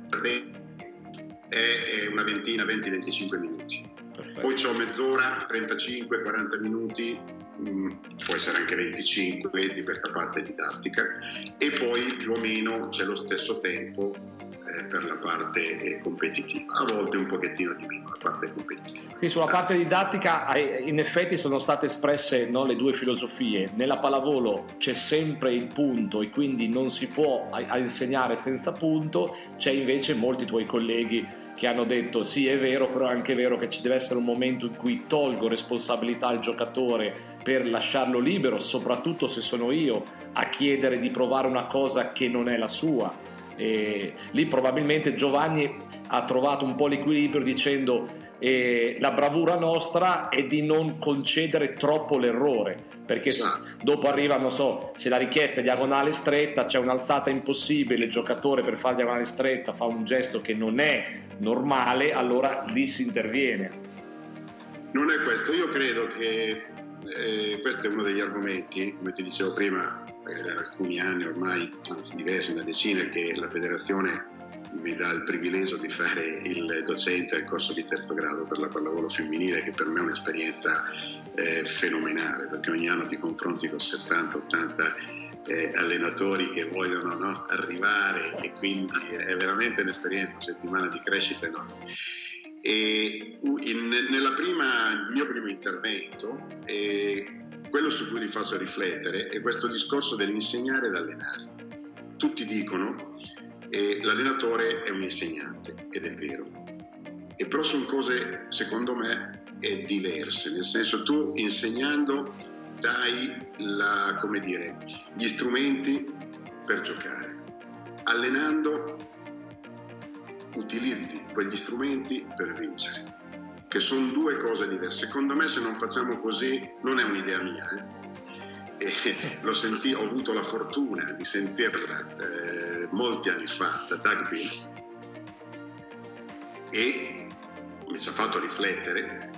è una ventina, 20-25 minuti. Perfetto. Poi c'ho mezz'ora, 35-40 minuti, può essere anche 25 di questa parte didattica, e poi più o meno c'è lo stesso tempo per la parte competitiva, a volte un pochettino di meno la parte competitiva. Sì, sulla parte didattica in effetti sono state espresse, no, le due filosofie. Nella pallavolo c'è sempre il punto e quindi non si può insegnare senza punto, c'è invece molti tuoi colleghi che hanno detto sì, è vero, però è anche vero che ci deve essere un momento in cui tolgo responsabilità al giocatore per lasciarlo libero, soprattutto se sono io a chiedere di provare una cosa che non è la sua. E lì probabilmente Giovanni ha trovato un po' l'equilibrio dicendo la bravura nostra è di non concedere troppo l'errore, perché dopo arriva, non so, se la richiesta è diagonale stretta, c'è un'alzata impossibile, il giocatore per fare diagonale stretta fa un gesto che non è normale, allora lì si interviene. Non è questo, io credo che questo è uno degli argomenti, come ti dicevo prima, alcuni anni ormai, anzi diversi, una decina, che la federazione mi dà il privilegio di fare il docente al corso di terzo grado per la pallavolo femminile, che per me è un'esperienza fenomenale, perché ogni anno ti confronti con 70-80 allenatori che vogliono arrivare, e quindi è veramente un'esperienza, una settimana di crescita enorme. E il mio primo intervento, quello su cui li faccio riflettere, è questo discorso dell'insegnare ed allenare. Tutti dicono l'allenatore è un insegnante, ed è vero, però sono cose secondo me diverse, nel senso, tu insegnando dai gli strumenti per giocare, allenando utilizzi quegli strumenti per vincere, che sono due cose diverse. Secondo me, se non facciamo così, non è un'idea mia, ho avuto la fortuna di sentirla molti anni fa da Doug Bill, e mi ci ha fatto riflettere,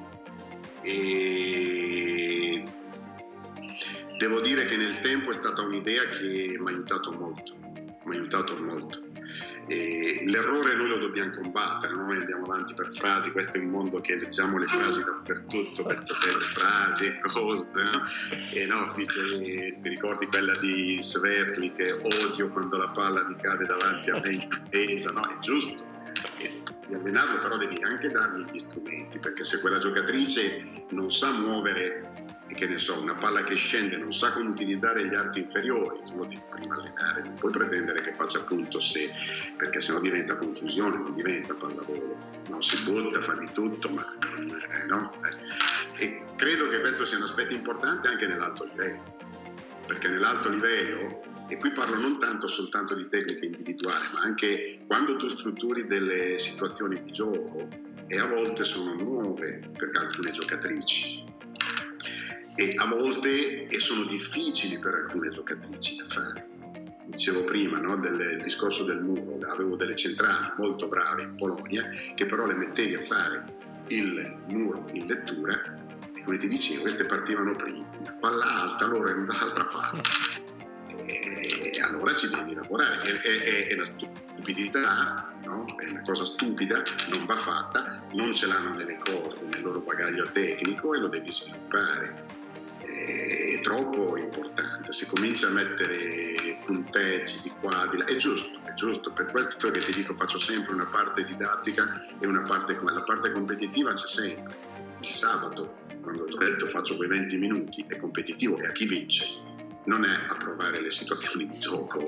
e devo dire che nel tempo è stata un'idea che mi ha aiutato molto. L'errore noi lo dobbiamo combattere, non noi andiamo avanti per frasi, questo è un mondo che leggiamo le frasi dappertutto, queste belle frasi, cose, no? E no, ti ricordi quella di Svertli, che odio quando la palla mi cade davanti a me in difesa, no? È giusto, di allenarlo, però devi anche dargli gli strumenti, perché se quella giocatrice non sa muovere, che ne so, una palla che scende, non sa come utilizzare gli arti inferiori, tu lo devi prima allenare, non puoi pretendere che faccia punto, perché sennò diventa confusione, non diventa pallavolo, no? Si butta, fa di tutto, ma no. E credo che questo sia un aspetto importante anche nell'alto livello, perché nell'alto livello, e qui parlo non tanto soltanto di tecnica individuale, ma anche quando tu strutturi delle situazioni di gioco, e a volte sono nuove per alcune giocatrici, e a volte sono difficili per alcune giocatrici da fare. Dicevo prima, no, del discorso del muro, avevo delle centrali molto brave in Polonia, che però le mettevi a fare il muro in lettura, e come ti dicevo, queste partivano prima, palla alta, loro erano dall'altra parte, e allora ci devi lavorare. È una stupidità, no? È una cosa stupida, non va fatta, non ce l'hanno nelle corde, nel loro bagaglio tecnico, e lo devi sviluppare. troppo importante, si comincia a mettere punteggi di qua, di là, è giusto, per questo che ti dico faccio sempre una parte didattica e una parte, la parte competitiva c'è sempre. Il sabato, quando ti ho detto faccio quei 20 minuti, è competitivo e a chi vince, non è a provare le situazioni di gioco,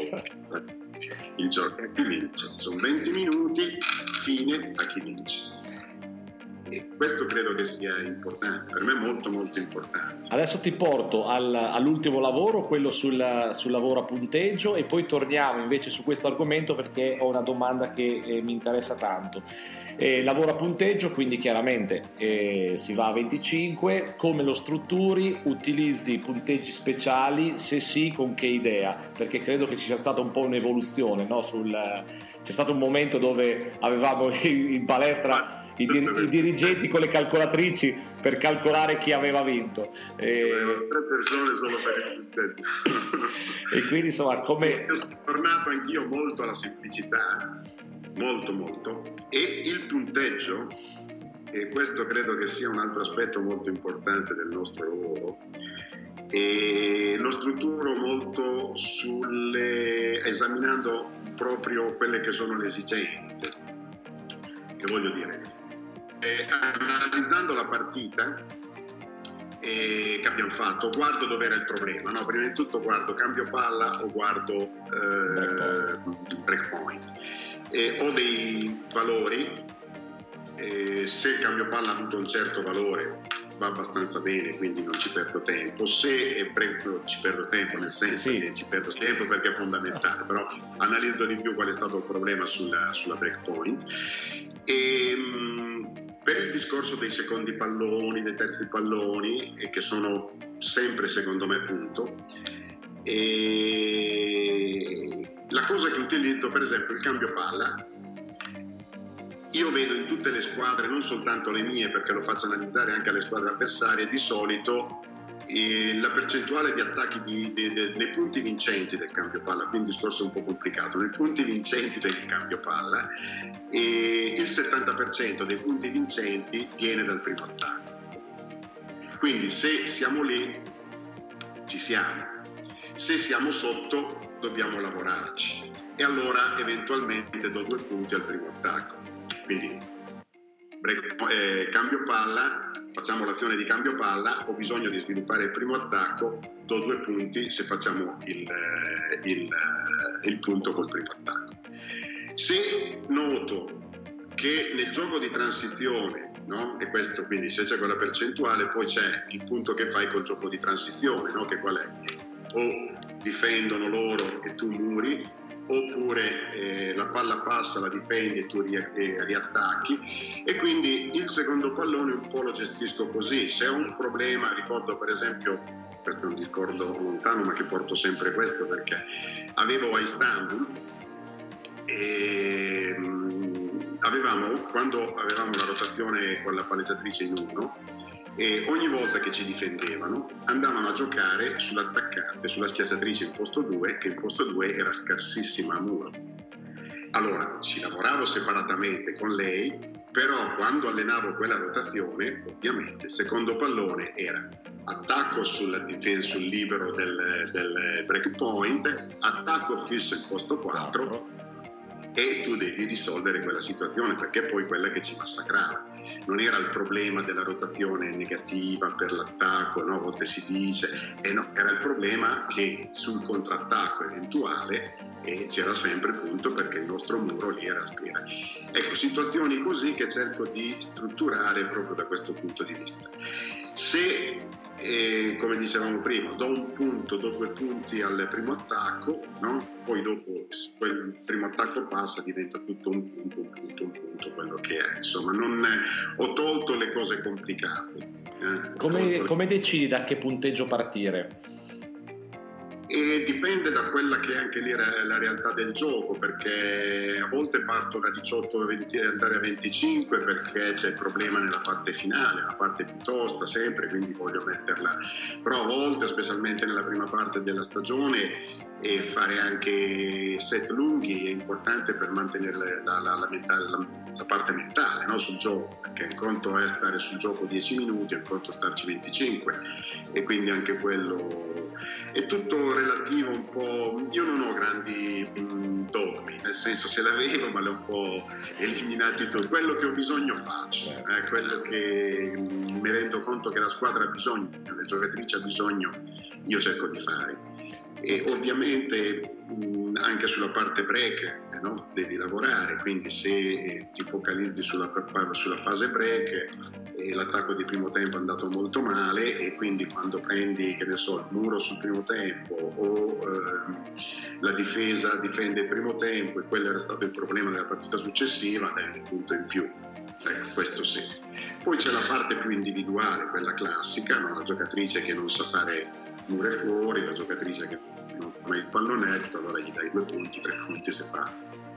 il gioco è a chi vince, sono 20 minuti, fine, a chi vince. E questo credo che sia importante, per me molto molto importante. Adesso ti porto all'ultimo lavoro, quello sul lavoro a punteggio, e poi torniamo invece su questo argomento perché ho una domanda che mi interessa tanto. Lavoro a punteggio, quindi chiaramente si va a 25, come lo strutturi? Utilizzi punteggi speciali? Se sì, con che idea? Perché credo che ci sia stata un po' un'evoluzione, no? C'è stato un momento dove avevamo in palestra i dirigenti con le calcolatrici per calcolare chi aveva vinto. 3 persone solo per il punteggio. E quindi insomma come... Sono tornato anch'io molto alla semplicità, molto, e il punteggio, e questo credo che sia un altro aspetto molto importante del nostro lavoro, e lo strutturo molto esaminando proprio quelle che sono le esigenze, che voglio dire, analizzando la partita che abbiamo fatto, guardo dove era il problema, no? Prima di tutto guardo cambio palla o guardo breakpoint, ho dei valori, se il cambio palla ha avuto un certo valore va abbastanza bene, quindi non ci perdo tempo. Se ci perdo tempo, nel senso che ci perdo tempo perché è fondamentale, però analizzo di più qual è stato il problema sulla breakpoint. E per il discorso dei secondi palloni, dei terzi palloni, che sono sempre secondo me punto, e la cosa che utilizzo, per esempio il cambio palla, io vedo in tutte le squadre, non soltanto le mie, perché lo faccio analizzare anche alle squadre avversarie, di solito la percentuale di attacchi nei punti vincenti del cambio palla, quindi il discorso è un po' complicato, nei punti vincenti del cambio palla, il 70% dei punti vincenti viene dal primo attacco. Quindi se siamo lì, ci siamo. Se siamo sotto, dobbiamo lavorarci. E allora eventualmente do 2 punti al primo attacco. Quindi cambio palla, facciamo l'azione di cambio palla, ho bisogno di sviluppare il primo attacco, do 2 punti se facciamo il punto col primo attacco. Se noto che nel gioco di transizione, no? E questo, quindi se c'è quella percentuale, poi c'è il punto che fai col gioco di transizione, no? Che qual è? O difendono loro e tu muri, oppure la palla passa, la difendi e tu riattacchi, e quindi il secondo pallone un po' lo gestisco così. Se ho un problema, ricordo per esempio, questo è un discorso lontano ma che porto sempre questo perché avevo a Istanbul quando avevamo la rotazione con la palleggiatrice in uno, e ogni volta che ci difendevano andavano a giocare sull'attaccante, sulla schiacciatrice in posto 2, che in posto 2 era scarsissima a muro. Allora ci lavoravo separatamente con lei, però quando allenavo quella rotazione, ovviamente secondo pallone era attacco sul libero del breakpoint, attacco fisso in posto 4, e tu devi risolvere quella situazione, perché poi quella che ci massacrava. Non era il problema della rotazione negativa per l'attacco, no? A volte si dice, no, era il problema che sul contrattacco eventuale c'era sempre punto, perché il nostro muro lì era spiera. Ecco, situazioni così che cerco di strutturare proprio da questo punto di vista. Se, come dicevamo prima, do 1 punto, do 2 punti al primo attacco, no? Poi dopo quel primo attacco passa, diventa tutto un punto, quello che è. Insomma, non ho tolto le cose complicate. Come decidi da che punteggio partire? E dipende da quella che è anche lì la realtà del gioco, perché a volte parto da 18 andare a 25 perché c'è il problema nella parte finale, la parte più tosta sempre, quindi voglio metterla, però a volte, specialmente nella prima parte della stagione, e fare anche set lunghi è importante per mantenere la parte mentale, no? Sul gioco, perché un conto è stare sul gioco 10 minuti, un conto starci 25, e quindi anche quello è tutto relativo un po'. Io non ho grandi dogmi, nel senso, se l'avevo ma l'ho un po' eliminati tutto. Quello che ho bisogno faccio, quello che mi rendo conto che la squadra ha bisogno, le giocatrici ha bisogno, io cerco di fare. E ovviamente anche sulla parte break, no? Devi lavorare, quindi se ti focalizzi sulla fase break, l'attacco di primo tempo è andato molto male, e quindi quando prendi, che ne so, il muro sul primo tempo o la difesa difende il primo tempo, e quello era stato il problema della partita successiva, dai un punto in più. Ecco, questo sì. Poi c'è la parte più individuale, quella classica, no? La giocatrice che non sa fare mure fuori, la giocatrice che non fa mai il pallonetto, allora gli dai 2 punti, 3 punti se fa,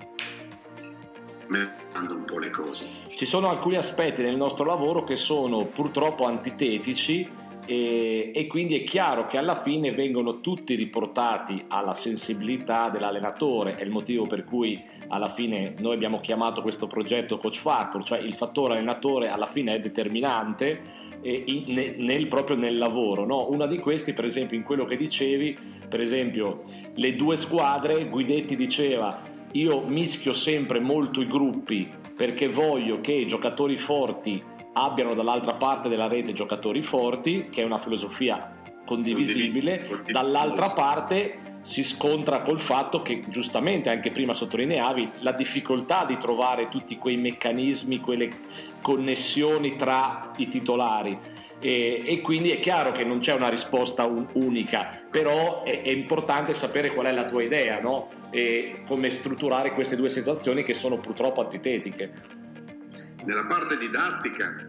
mettendo un po' le cose. Ci sono alcuni aspetti nel nostro lavoro che sono purtroppo antitetici, e quindi è chiaro che alla fine vengono tutti riportati alla sensibilità dell'allenatore. È il motivo per cui alla fine noi abbiamo chiamato questo progetto Coach Factor, cioè il fattore allenatore alla fine è determinante proprio nel lavoro, no? Una di questi, per esempio, in quello che dicevi, per esempio le 2 squadre, Guidetti diceva: io mischio sempre molto i gruppi perché voglio che i giocatori forti abbiano dall'altra parte della rete giocatori forti, che è una filosofia condivisibile. Dall'altra parte si scontra col fatto che, giustamente anche prima sottolineavi, la difficoltà di trovare tutti quei meccanismi, quelle connessioni tra i titolari, e quindi è chiaro che non c'è una risposta unica, però è importante sapere qual è la tua idea, no? E come strutturare queste 2 situazioni che sono purtroppo antitetiche. Nella parte didattica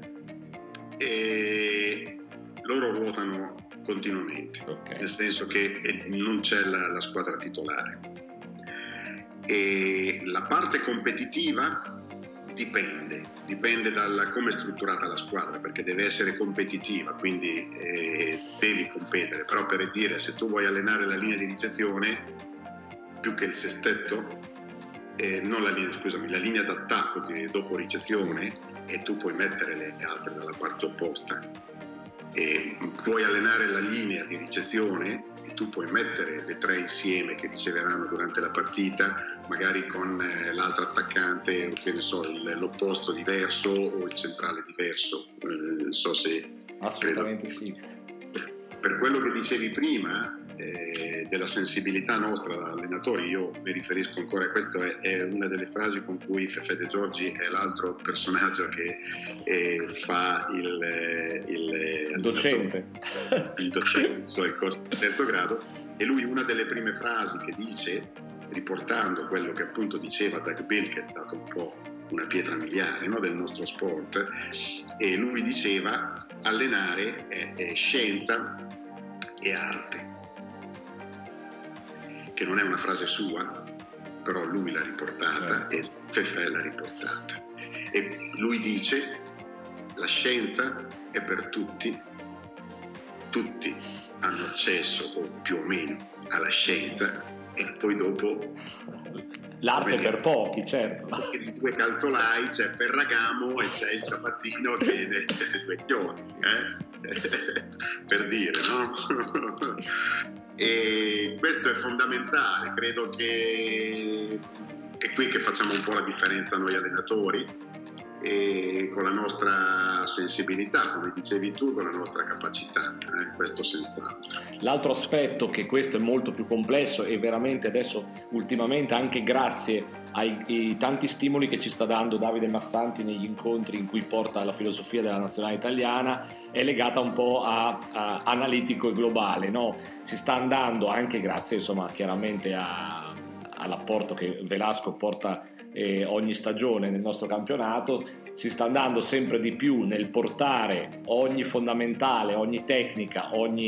loro ruotano continuamente, okay. Nel senso che non c'è la squadra titolare, e la parte competitiva dipende da come è strutturata la squadra, perché deve essere competitiva, quindi devi competere. Però, per dire, se tu vuoi allenare la linea di ricezione più che il sestetto, la linea d'attacco dopo ricezione, e tu puoi mettere le altre dalla parte opposta, e puoi allenare la linea di ricezione e tu puoi mettere le 3 insieme che riceveranno durante la partita, magari con l'altro attaccante, o che ne so, l'opposto diverso o il centrale diverso. Non so se assolutamente sì. Per quello che dicevi prima della sensibilità nostra da allenatori, io mi riferisco ancora a questo, è una delle frasi con cui Fefe De Giorgi è l'altro personaggio che fa il docente, cioè il corso di 3° grado, e lui, una delle prime frasi che dice, riportando quello che appunto diceva Doug Bill, che è stato un po' una pietra miliare, no, del nostro sport, e lui diceva: allenare è scienza e arte, che non è una frase sua, però lui l'ha riportata, e Fefe l'ha riportata, e lui dice: la scienza è per tutti hanno accesso, o più o meno, alla scienza, e poi dopo l'arte per pochi, certo. I 2 calzolai, c'è Ferragamo e c'è il ciabattino che ne c'è 2 chiodi, per dire, no? E questo è fondamentale. Credo che è qui che facciamo un po' la differenza noi allenatori, e con la nostra sensibilità, come dicevi tu, con la nostra capacità, questo senz'altro. L'altro aspetto, che questo è molto più complesso, e veramente adesso ultimamente, anche grazie ai tanti stimoli che ci sta dando Davide Massanti negli incontri in cui porta la filosofia della nazionale italiana, è legata un po' a analitico e globale, no? Si sta andando, anche grazie insomma chiaramente all'apporto che Velasco porta ogni stagione nel nostro campionato, si sta andando sempre di più nel portare ogni fondamentale, ogni tecnica, ogni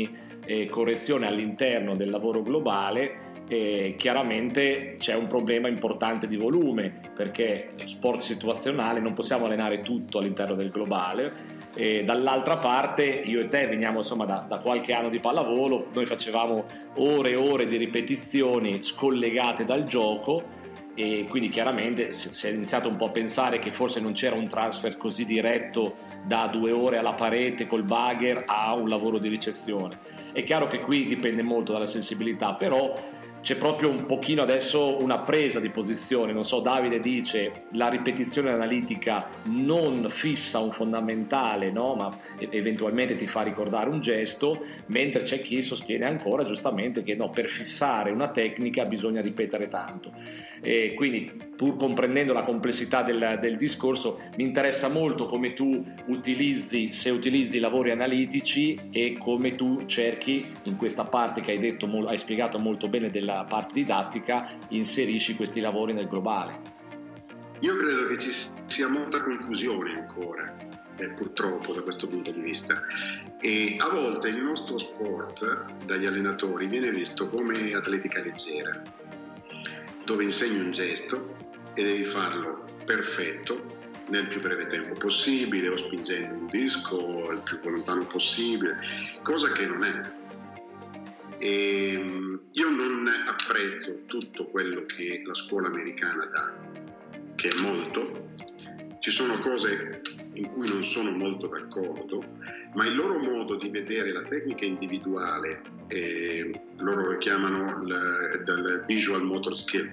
correzione all'interno del lavoro globale, chiaramente c'è un problema importante di volume, perché sport situazionale non possiamo allenare tutto all'interno del globale. Dall'altra parte io e te veniamo insomma da qualche anno di pallavolo, noi facevamo ore e ore di ripetizioni scollegate dal gioco, e quindi chiaramente si è iniziato un po' a pensare che forse non c'era un transfer così diretto da 2 ore alla parete col bagger a un lavoro di ricezione. È chiaro che qui dipende molto dalla sensibilità, però c'è proprio un pochino adesso una presa di posizione. Non so, Davide dice la ripetizione analitica non fissa un fondamentale, no? Ma eventualmente ti fa ricordare un gesto, mentre c'è chi sostiene ancora giustamente che no, per fissare una tecnica bisogna ripetere tanto. E quindi, pur comprendendo la complessità del discorso, mi interessa molto come tu se utilizzi lavori analitici e come tu cerchi in questa parte che hai spiegato molto bene della parte didattica, inserisci questi lavori nel globale. Io credo che ci sia molta confusione ancora, purtroppo, da questo punto di vista, e a volte il nostro sport dagli allenatori viene visto come atletica leggera, dove insegni un gesto e devi farlo perfetto nel più breve tempo possibile o spingendo un disco il più lontano possibile, cosa che non è. E io non apprezzo tutto quello che la scuola americana dà, che è molto. Ci sono cose in cui non sono molto d'accordo, ma il loro modo di vedere la tecnica individuale, loro lo chiamano il visual motor skill,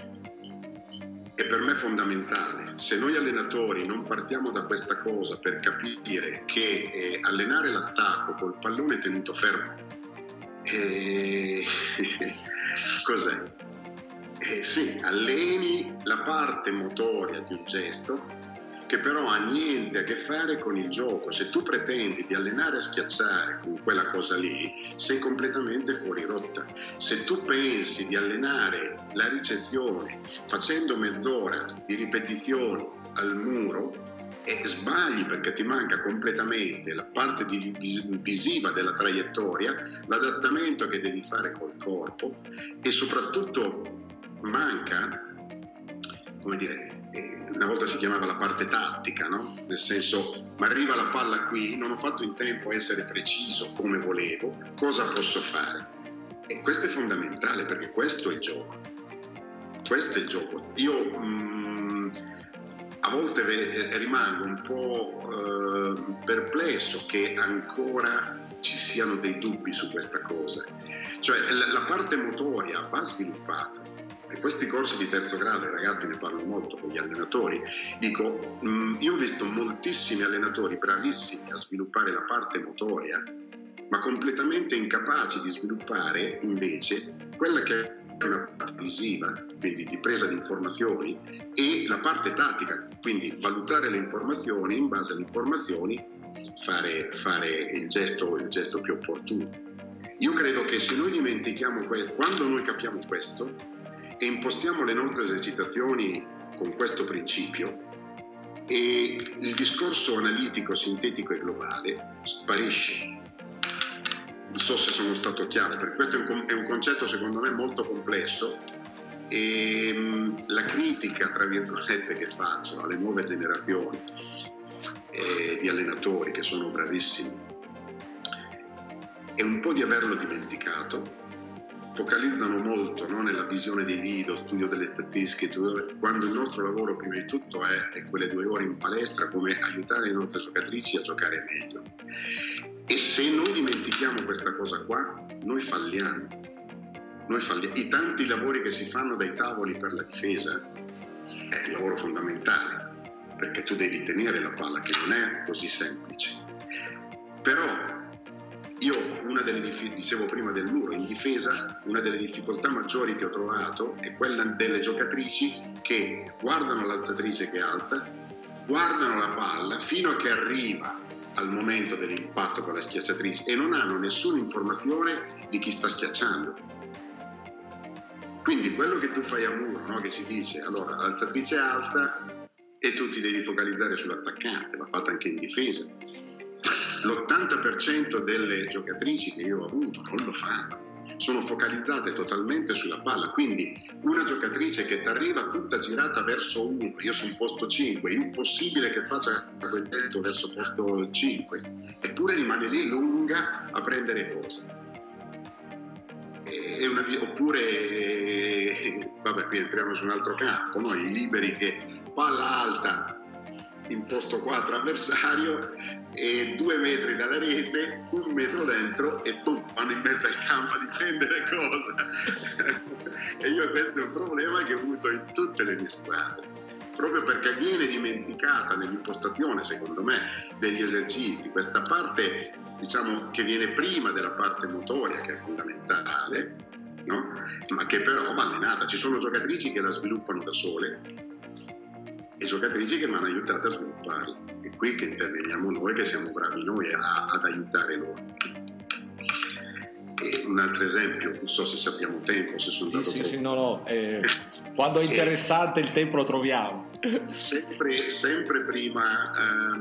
è per me fondamentale. Se noi allenatori non partiamo da questa cosa per capire che allenare l'attacco col pallone tenuto fermo cos'è? Sì, alleni la parte motoria di un gesto che però ha niente a che fare con il gioco. Se tu pretendi di allenare a schiacciare con quella cosa lì, sei completamente fuori rotta. Se tu pensi di allenare la ricezione facendo mezz'ora di ripetizioni al muro, sbagli, perché ti manca completamente la parte visiva della traiettoria, l'adattamento che devi fare col corpo, e soprattutto manca, come dire, una volta si chiamava la parte tattica, no? Nel senso, ma arriva la palla qui, non ho fatto in tempo a essere preciso come volevo, cosa posso fare? E questo è fondamentale, perché questo è il gioco. Questo è il gioco. Io a volte rimango un po' perplesso che ancora ci siano dei dubbi su questa cosa. Cioè la parte motoria va sviluppata. E questi corsi di terzo grado, i ragazzi ne parlano molto con gli allenatori. Dico, io ho visto moltissimi allenatori bravissimi a sviluppare la parte motoria, ma completamente incapaci di sviluppare invece quella che è una parte visiva, quindi di presa di informazioni, e la parte tattica, quindi valutare le informazioni, in base alle informazioni fare il gesto più opportuno. Io credo che se noi dimentichiamo quando noi capiamo questo e impostiamo le nostre esercitazioni con questo principio, e il discorso analitico, sintetico e globale sparisce. Non so se sono stato chiaro, perché questo è un concetto secondo me molto complesso, e la critica, tra virgolette, che faccio alle nuove generazioni di allenatori che sono bravissimi è un po' di averlo dimenticato. Focalizzano molto, no, nella visione dei video, studio delle statistiche, quando il nostro lavoro prima di tutto è quelle 2 ore in palestra, come aiutare le nostre giocatrici a giocare meglio. E se noi dimentichiamo questa cosa qua, noi falliamo. I tanti lavori che si fanno dai tavoli per la difesa è un lavoro fondamentale, perché tu devi tenere la palla, che non è così semplice. Però io dicevo prima del muro, in difesa una delle difficoltà maggiori che ho trovato è quella delle giocatrici che guardano l'alzatrice che alza, guardano la palla fino a che arriva al momento dell'impatto con la schiacciatrice e non hanno nessuna informazione di chi sta schiacciando. Quindi quello che tu fai a muro, no? Che si dice, allora l'alzatrice alza e tu ti devi focalizzare sull'attaccante, va fatta anche in difesa. L'80% delle giocatrici che io ho avuto non lo fanno, sono focalizzate totalmente sulla palla, quindi una giocatrice che ti arriva tutta girata verso 1, io sono posto 5, impossibile che faccia quel gesto verso posto 5, eppure rimane lì lunga a prendere cose. Oppure, vabbè, qui entriamo su un altro campo, no? I liberi che palla alta in posto 4 avversario e 2 metri dalla rete, 1 metro dentro e pum, vanno in mezzo al campo a difendere cosa. E io questo è un problema che ho avuto in tutte le mie squadre, proprio perché viene dimenticata nell'impostazione, secondo me, degli esercizi questa parte, diciamo, che viene prima della parte motoria, che è fondamentale, no? Ma che però va allenata. Ci sono giocatrici che la sviluppano da sole e giocatrici che mi hanno aiutato a svilupparla. È qui che interveniamo noi, che siamo bravi noi ad aiutare loro. E un altro esempio, non so se abbiamo tempo, se sono dato troppo. Sì, no. Quando è interessante il tempo lo troviamo. Sempre prima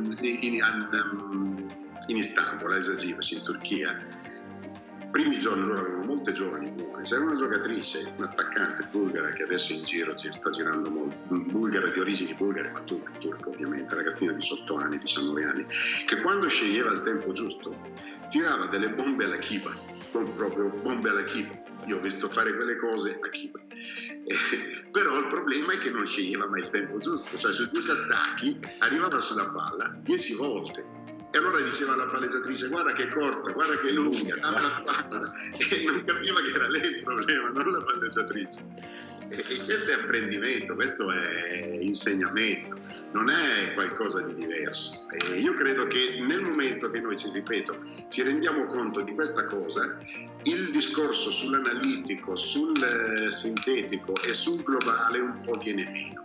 in Istanbul, a Esagives, in Turchia, primi giorni loro avevano molte giovani buone. C'era una giocatrice, un'attaccante bulgara che adesso in giro sta girando molto, bulgara di origini bulgare, ma turca ovviamente, ragazzina di 18 anni, 19 anni, che quando sceglieva il tempo giusto tirava delle bombe alla chiba, proprio bombe alla chiba. Io ho visto fare quelle cose a chiba. Però il problema è che non sceglieva mai il tempo giusto, cioè su 10 attacchi arrivava sulla palla 10 volte. E allora diceva alla palleggiatrice: guarda che è corta, guarda che è lunga, dammi la palla. E non capiva che era lei il problema, non la palleggiatrice. E questo è apprendimento, questo è insegnamento, non è qualcosa di diverso. E io credo che nel momento che noi, ci rendiamo conto di questa cosa, il discorso sull'analitico, sul sintetico e sul globale un po' viene meno.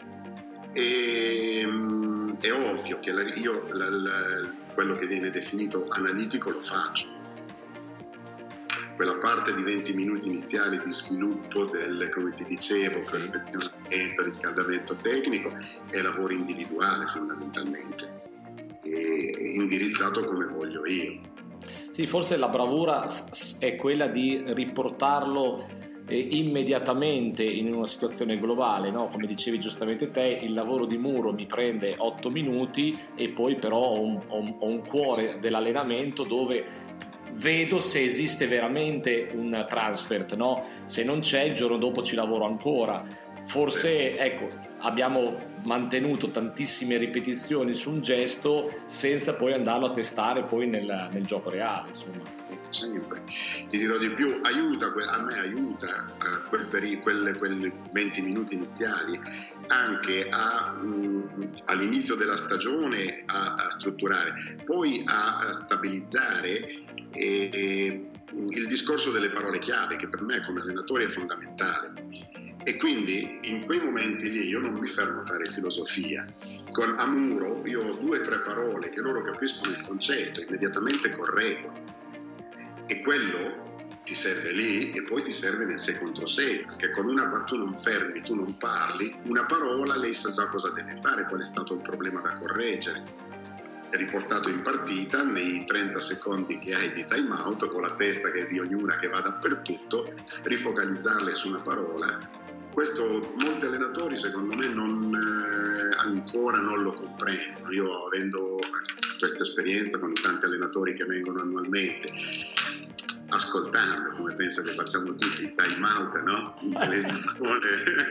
E è ovvio che io quello che viene definito analitico lo faccio, quella parte di 20 minuti iniziali di sviluppo come ti dicevo, perfezionamento, riscaldamento tecnico, è lavoro individuale fondamentalmente, e indirizzato come voglio io. Sì, forse la bravura è quella di riportarlo immediatamente in una situazione globale, no? Come dicevi giustamente te, il lavoro di muro mi prende 8 minuti e poi però ho un cuore dell'allenamento dove vedo se esiste veramente un transfert, no? Se non c'è, il giorno dopo ci lavoro ancora. Forse, ecco, abbiamo mantenuto tantissime ripetizioni su un gesto senza poi andarlo a testare poi nel gioco reale, insomma. Sempre. Ti dirò di più, a me aiuta quei 20 minuti iniziali anche all'inizio della stagione a strutturare, poi a stabilizzare il discorso delle parole chiave, che per me come allenatore è fondamentale. E quindi in quei momenti lì io non mi fermo a fare filosofia. A muro io ho 2 o 3 parole che loro capiscono il concetto, immediatamente correggono. E quello ti serve lì e poi ti serve nel 6 contro 6, perché con tu non fermi, tu non parli, una parola lei sa già cosa deve fare, qual è stato il problema da correggere. È riportato in partita nei 30 secondi che hai di time out, con la testa che è di ognuna che va dappertutto, rifocalizzarle su una parola. Questo molti allenatori secondo me ancora non lo comprendono. Io, avendo questa esperienza con tanti allenatori che vengono annualmente, ascoltando, come penso che facciamo tutti, il time out, no? In televisione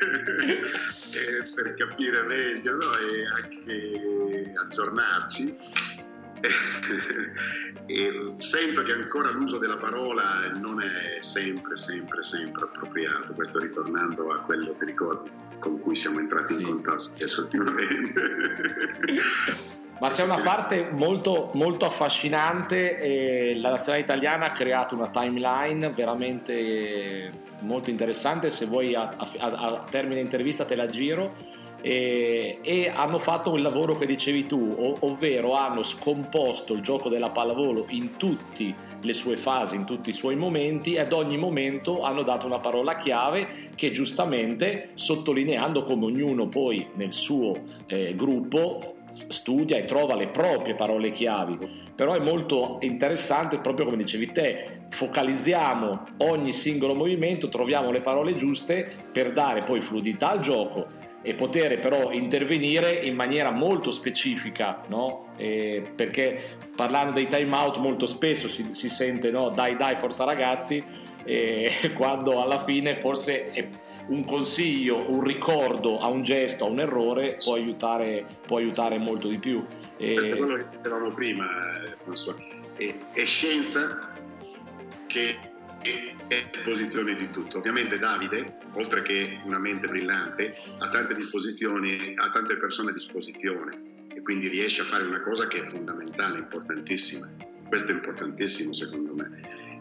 per capire meglio, no? E anche aggiornarci, e sento che ancora l'uso della parola non è sempre appropriato. Questo ritornando a quello che ricordi con cui siamo entrati in contatto ultimamente. Ma c'è una parte molto, molto affascinante, la nazionale italiana ha creato una timeline veramente molto interessante, se vuoi a termine intervista te la giro, e hanno fatto il lavoro che dicevi tu, ovvero hanno scomposto il gioco della pallavolo in tutte le sue fasi, in tutti i suoi momenti, e ad ogni momento hanno dato una parola chiave che, giustamente, sottolineando come ognuno poi nel suo gruppo studia e trova le proprie parole chiavi, però è molto interessante, proprio come dicevi te, focalizziamo ogni singolo movimento, troviamo le parole giuste per dare poi fluidità al gioco e poter però intervenire in maniera molto specifica, no? Perché parlando dei time out molto spesso si sente, no? Dai forza ragazzi, quando alla fine forse è un consiglio, un ricordo a un gesto, a un errore può aiutare molto di più. Questo è quello che dicevamo prima, François. È scienza che è a disposizione di tutto. Ovviamente Davide, oltre che una mente brillante, ha tante persone a disposizione e quindi riesce a fare una cosa che è fondamentale, importantissima. Questo è importantissimo secondo me.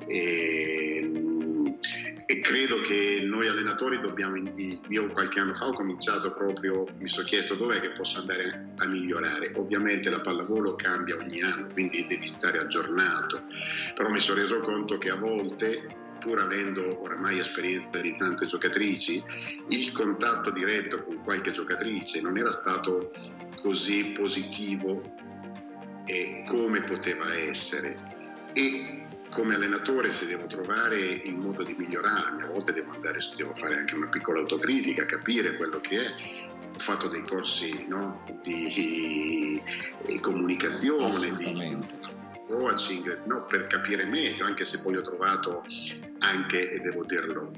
E credo che noi allenatori dobbiamo, io qualche anno fa ho cominciato proprio, mi sono chiesto dov'è che posso andare a migliorare. Ovviamente la pallavolo cambia ogni anno, quindi devi stare aggiornato, però mi sono reso conto che a volte, pur avendo oramai esperienza di tante giocatrici, il contatto diretto con qualche giocatrice non era stato così positivo come poteva essere. E come allenatore, se devo trovare il modo di migliorarmi, a volte devo fare anche una piccola autocritica, capire quello che è. Ho fatto dei corsi, no, di comunicazione, di coaching, no, per capire meglio, anche se poi ho trovato anche, e devo dirlo,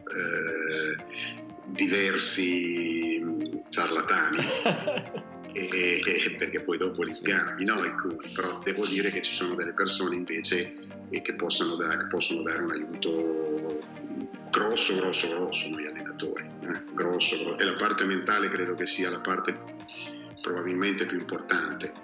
diversi charlatani. Perché poi dopo li scambi, no? Però devo dire che ci sono delle persone invece che possono dare un aiuto grosso noi allenatori, grosso, e la parte mentale credo che sia la parte probabilmente più importante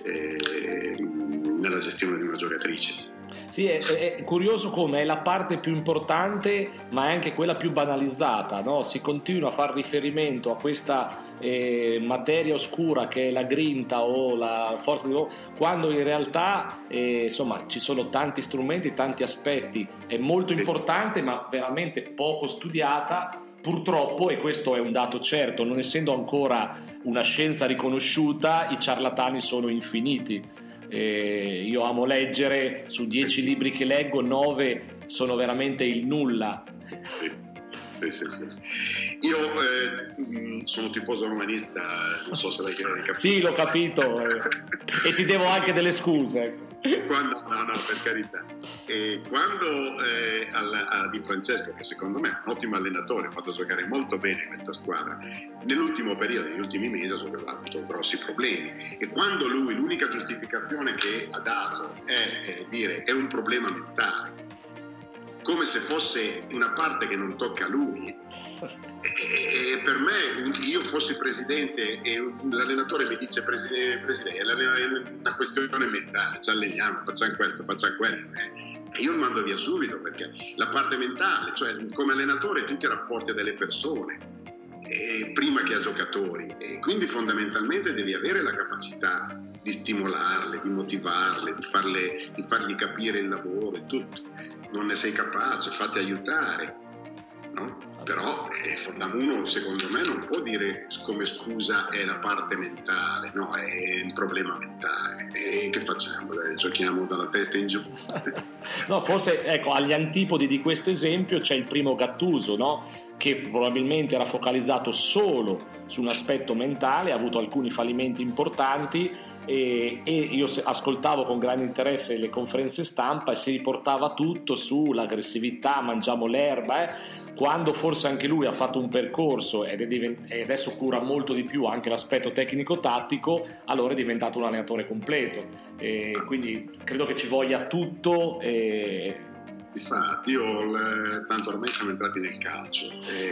nella gestione di una giocatrice. Sì, è curioso come è la parte più importante, ma è anche quella più banalizzata, no? Si continua a far riferimento a questa materia oscura che è la grinta o la forza di quando in realtà insomma ci sono tanti strumenti, tanti aspetti. È molto importante, ma veramente poco studiata. Purtroppo, e questo è un dato certo, non essendo ancora una scienza riconosciuta, i ciarlatani sono infiniti. Io amo leggere, su 10 libri che leggo 9 sono veramente il nulla. Sì. Io sono tifoso romanista, non so se l'hai capito. Sì, l'ho capito, e ti devo anche delle scuse. No, per carità. Quando a Di Francesco, che secondo me è un ottimo allenatore, ha fatto giocare molto bene questa squadra, nell'ultimo periodo, negli ultimi mesi, ha avuto grossi problemi. E quando lui, l'unica giustificazione che ha dato è dire è un problema mentale, come se fosse una parte che non tocca a lui. E per me, io fossi presidente e l'allenatore mi dice presidente, è una questione mentale, ci alleniamo, facciamo questo, facciamo quello, e io lo mando via subito, perché la parte mentale, cioè come allenatore tu ti rapporti a delle persone prima che a giocatori, e quindi fondamentalmente devi avere la capacità di stimolarle, di motivarle, di fargli capire il lavoro e tutto. Non ne sei capace, fatti aiutare, no? Però uno secondo me non può dire come scusa è la parte mentale, no, è il problema mentale. E che facciamo? Giochiamo dalla testa in giù? No, forse ecco, agli antipodi di questo esempio c'è il primo Gattuso, no? Che probabilmente era focalizzato solo su un aspetto mentale, ha avuto alcuni fallimenti importanti e io ascoltavo con grande interesse le conferenze stampa e si riportava tutto sull'aggressività, mangiamo l'erba, quando forse anche lui ha fatto un percorso e adesso cura molto di più anche l'aspetto tecnico-tattico, allora è diventato un allenatore completo, quindi credo che ci voglia tutto. Infatti tanto ormai siamo entrati nel calcio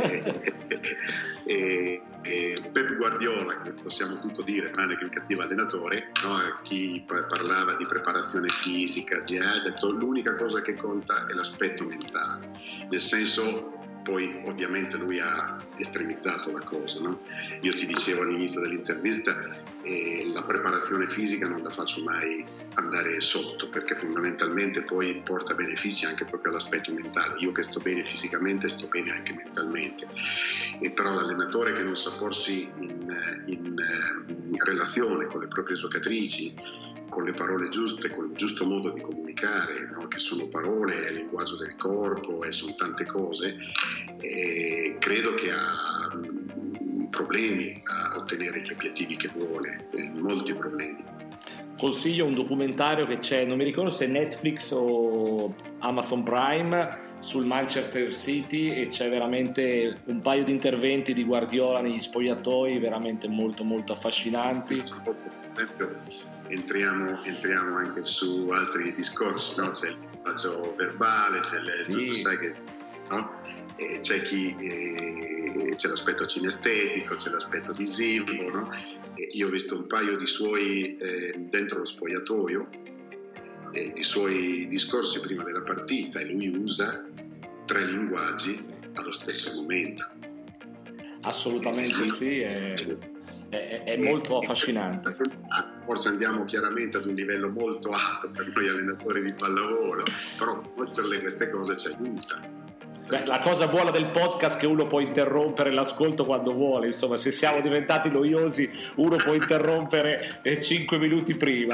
Pep Guardiola, che possiamo tutto dire tranne che un cattivo allenatore, no? Chi parlava di preparazione fisica, ha detto l'unica cosa che conta è l'aspetto mentale, nel senso Poi ovviamente lui ha estremizzato la cosa, no? Io ti dicevo all'inizio dell'intervista, la preparazione fisica non la faccio mai andare sotto, perché fondamentalmente poi porta benefici anche proprio all'aspetto mentale. Io che sto bene fisicamente sto bene anche mentalmente, e però l'allenatore che non sa porsi in relazione con le proprie giocatrici, con le parole giuste, con il giusto modo di comunicare, no? Che sono parole, è il linguaggio del corpo e sono tante cose, e credo che ha problemi a ottenere gli obiettivi che vuole, molti problemi. Consiglio un documentario che c'è, non mi ricordo se è Netflix o Amazon Prime, sul Manchester City, e c'è veramente un paio di interventi di Guardiola negli spogliatoi veramente molto molto affascinanti. Entriamo anche su altri discorsi, no? C'è il linguaggio verbale, tu sai che, no? C'è l'aspetto cinestetico, c'è l'aspetto visivo, no? Io ho visto un paio di suoi dentro lo spogliatoio, i suoi discorsi prima della partita, e lui usa 3 linguaggi allo stesso momento. Assolutamente sì, è molto affascinante. Forse andiamo chiaramente ad un livello molto alto per noi allenatori di pallavolo, però conoscerle queste cose ci aiuta. La cosa buona del podcast è che uno può interrompere l'ascolto quando vuole, insomma, se siamo diventati noiosi uno può interrompere 5 minuti prima.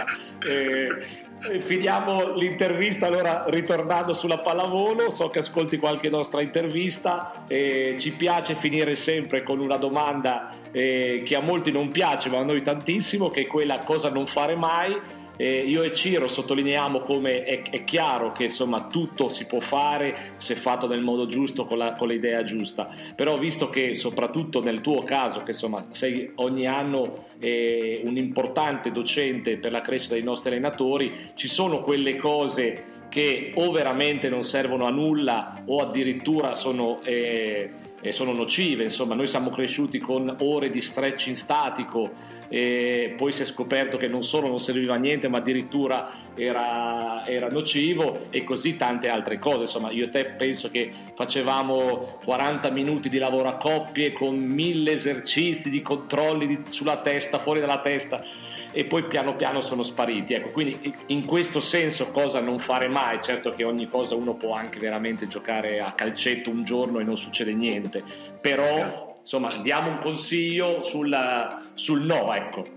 Finiamo l'intervista allora ritornando sulla pallavolo. So che ascolti qualche nostra intervista, ci piace finire sempre con una domanda che a molti non piace ma a noi tantissimo, che è quella: cosa non fare mai. Io e Ciro sottolineiamo come è chiaro che insomma tutto si può fare se fatto nel modo giusto, con l'idea giusta, però visto che soprattutto nel tuo caso, che insomma sei ogni anno un importante docente per la crescita dei nostri allenatori, ci sono quelle cose che o veramente non servono a nulla o addirittura sono nocive. Insomma, noi siamo cresciuti con ore di stretching statico, poi si è scoperto che non solo non serviva a niente ma addirittura era nocivo, e così tante altre cose. Insomma, io e te penso che facevamo 40 minuti di lavoro a coppie con 1000 esercizi di controlli sulla testa, fuori dalla testa, e poi piano piano sono spariti. Ecco, quindi in questo senso cosa non fare mai. Certo che ogni cosa uno può anche veramente giocare a calcetto un giorno e non succede niente, però insomma diamo un consiglio sul no, ecco.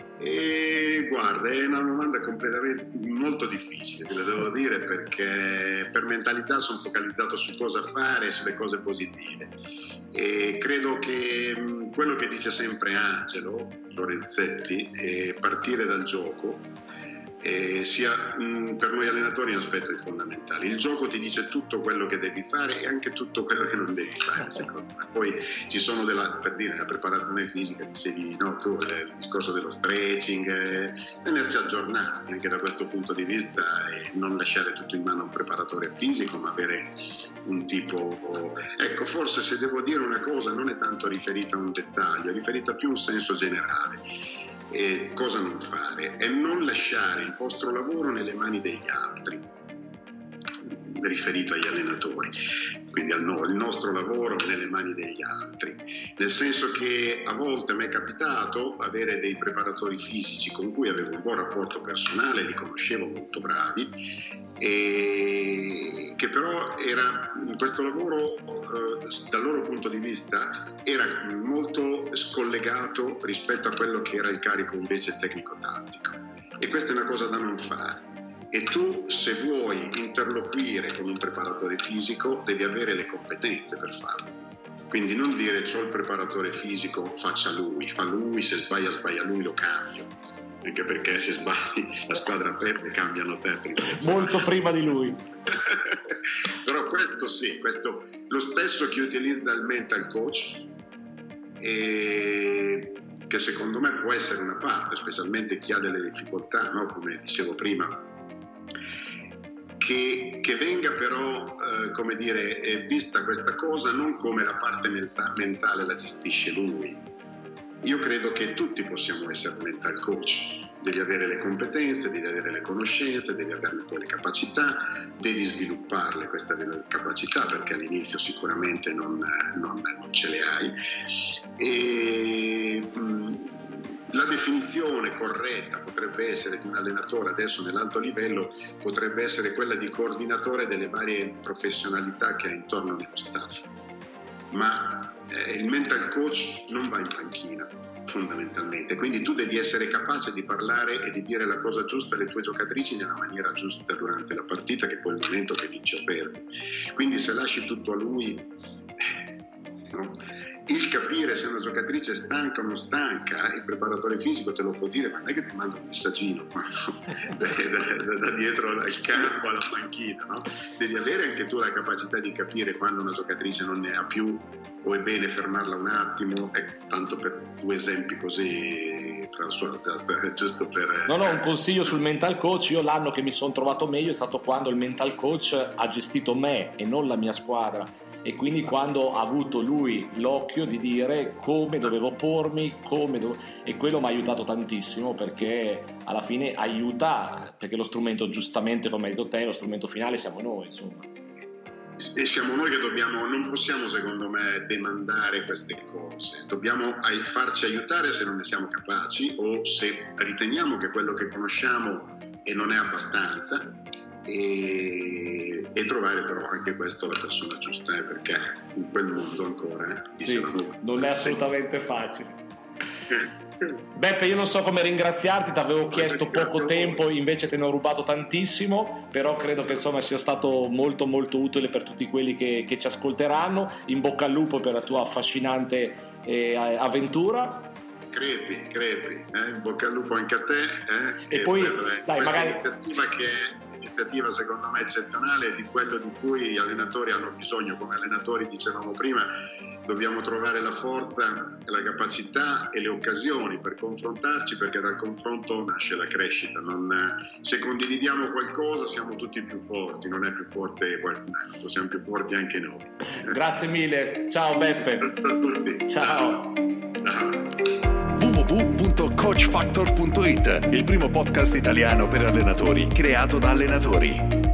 Guarda, è una domanda completamente molto difficile, te la devo dire, perché per mentalità sono focalizzato su cosa fare e sulle cose positive, e credo che quello che dice sempre Angelo Lorenzetti, partire dal gioco, sia per noi allenatori un aspetto fondamentale. Il gioco ti dice tutto quello che devi fare e anche tutto quello che non devi fare, secondo me. Poi ci sono per dire, la preparazione fisica, dicevi, no, tu, il discorso dello stretching, tenersi aggiornati anche da questo punto di vista, e non lasciare tutto in mano a un preparatore fisico, ma avere un tipo, ecco, forse se devo dire una cosa non è tanto riferita a un dettaglio, è riferita più a un senso generale. E cosa non fare? È non lasciare il vostro lavoro nelle mani degli altri, riferito agli allenatori, quindi il nostro lavoro nelle mani degli altri, nel senso che a volte mi è capitato avere dei preparatori fisici con cui avevo un buon rapporto personale, li conoscevo molto bravi, e che però questo lavoro dal loro punto di vista era molto scollegato rispetto a quello che era il carico invece tecnico-tattico, e questa è una cosa da non fare. E tu, se vuoi interloquire con un preparatore fisico, devi avere le competenze per farlo. Quindi non dire c'ho il preparatore fisico, fa lui, se sbaglia lui, lo cambio. Anche perché se sbagli la squadra perde, cambiano te prima. Molto prima di lui. Però questo sì, lo stesso che utilizza il mental coach, e che secondo me può essere una parte, specialmente chi ha delle difficoltà, no? Come dicevo prima, che venga però, come dire, vista questa cosa non come la parte mentale la gestisce lui, Io credo che tutti possiamo essere mental coach, devi avere le competenze, devi avere le conoscenze, devi averne poi le capacità, devi svilupparle queste capacità, perché all'inizio sicuramente non ce le hai. E la definizione corretta potrebbe essere di un allenatore adesso nell'alto livello, potrebbe essere quella di coordinatore delle varie professionalità che ha intorno nello staff. Ma il mental coach non va in panchina fondamentalmente, quindi tu devi essere capace di parlare e di dire la cosa giusta alle tue giocatrici nella maniera giusta durante la partita, che è poi il momento che vinci o perdi. Quindi se lasci tutto a lui, no? Il capire se una giocatrice è stanca o non stanca, il preparatore fisico te lo può dire, ma non è che ti manda un messaggino da dietro al campo alla panchina, no? Devi avere anche tu la capacità di capire quando una giocatrice non ne ha più o è bene fermarla un attimo. Tanto per 2 esempi così, François, giusto per... No, un consiglio sul mental coach. Io l'anno che mi sono trovato meglio è stato quando il mental coach ha gestito me e non la mia squadra, e quindi quando ha avuto lui l'occhio di dire come dovevo pormi, e quello mi ha aiutato tantissimo, perché alla fine aiuta, perché lo strumento, giustamente come hai detto te, lo strumento finale siamo noi, insomma. E siamo noi che non possiamo secondo me demandare queste cose, dobbiamo farci aiutare se non ne siamo capaci o se riteniamo che quello che conosciamo e non è abbastanza, e trovare però anche questo la persona giusta, perché in quel mondo ancora sì, non è assolutamente facile. Beppe, io non so come ringraziarti, ti avevo chiesto poco tempo, invece te ne ho rubato tantissimo, però credo che insomma sia stato molto molto utile per tutti quelli che ci ascolteranno. In bocca al lupo per la tua affascinante avventura. Crepi, in bocca al lupo anche a te, e poi dai, magari iniziativa secondo me eccezionale, di quello di cui gli allenatori hanno bisogno. Come allenatori, dicevamo prima, dobbiamo trovare la forza, la capacità e le occasioni per confrontarci, perché dal confronto nasce la crescita. Se condividiamo qualcosa siamo tutti più forti, non è più forte qualcun altro, siamo più forti anche noi. Grazie mille, ciao Beppe. A tutti. Ciao. www.coachfactor.it, il primo podcast italiano per allenatori creato da allenatori.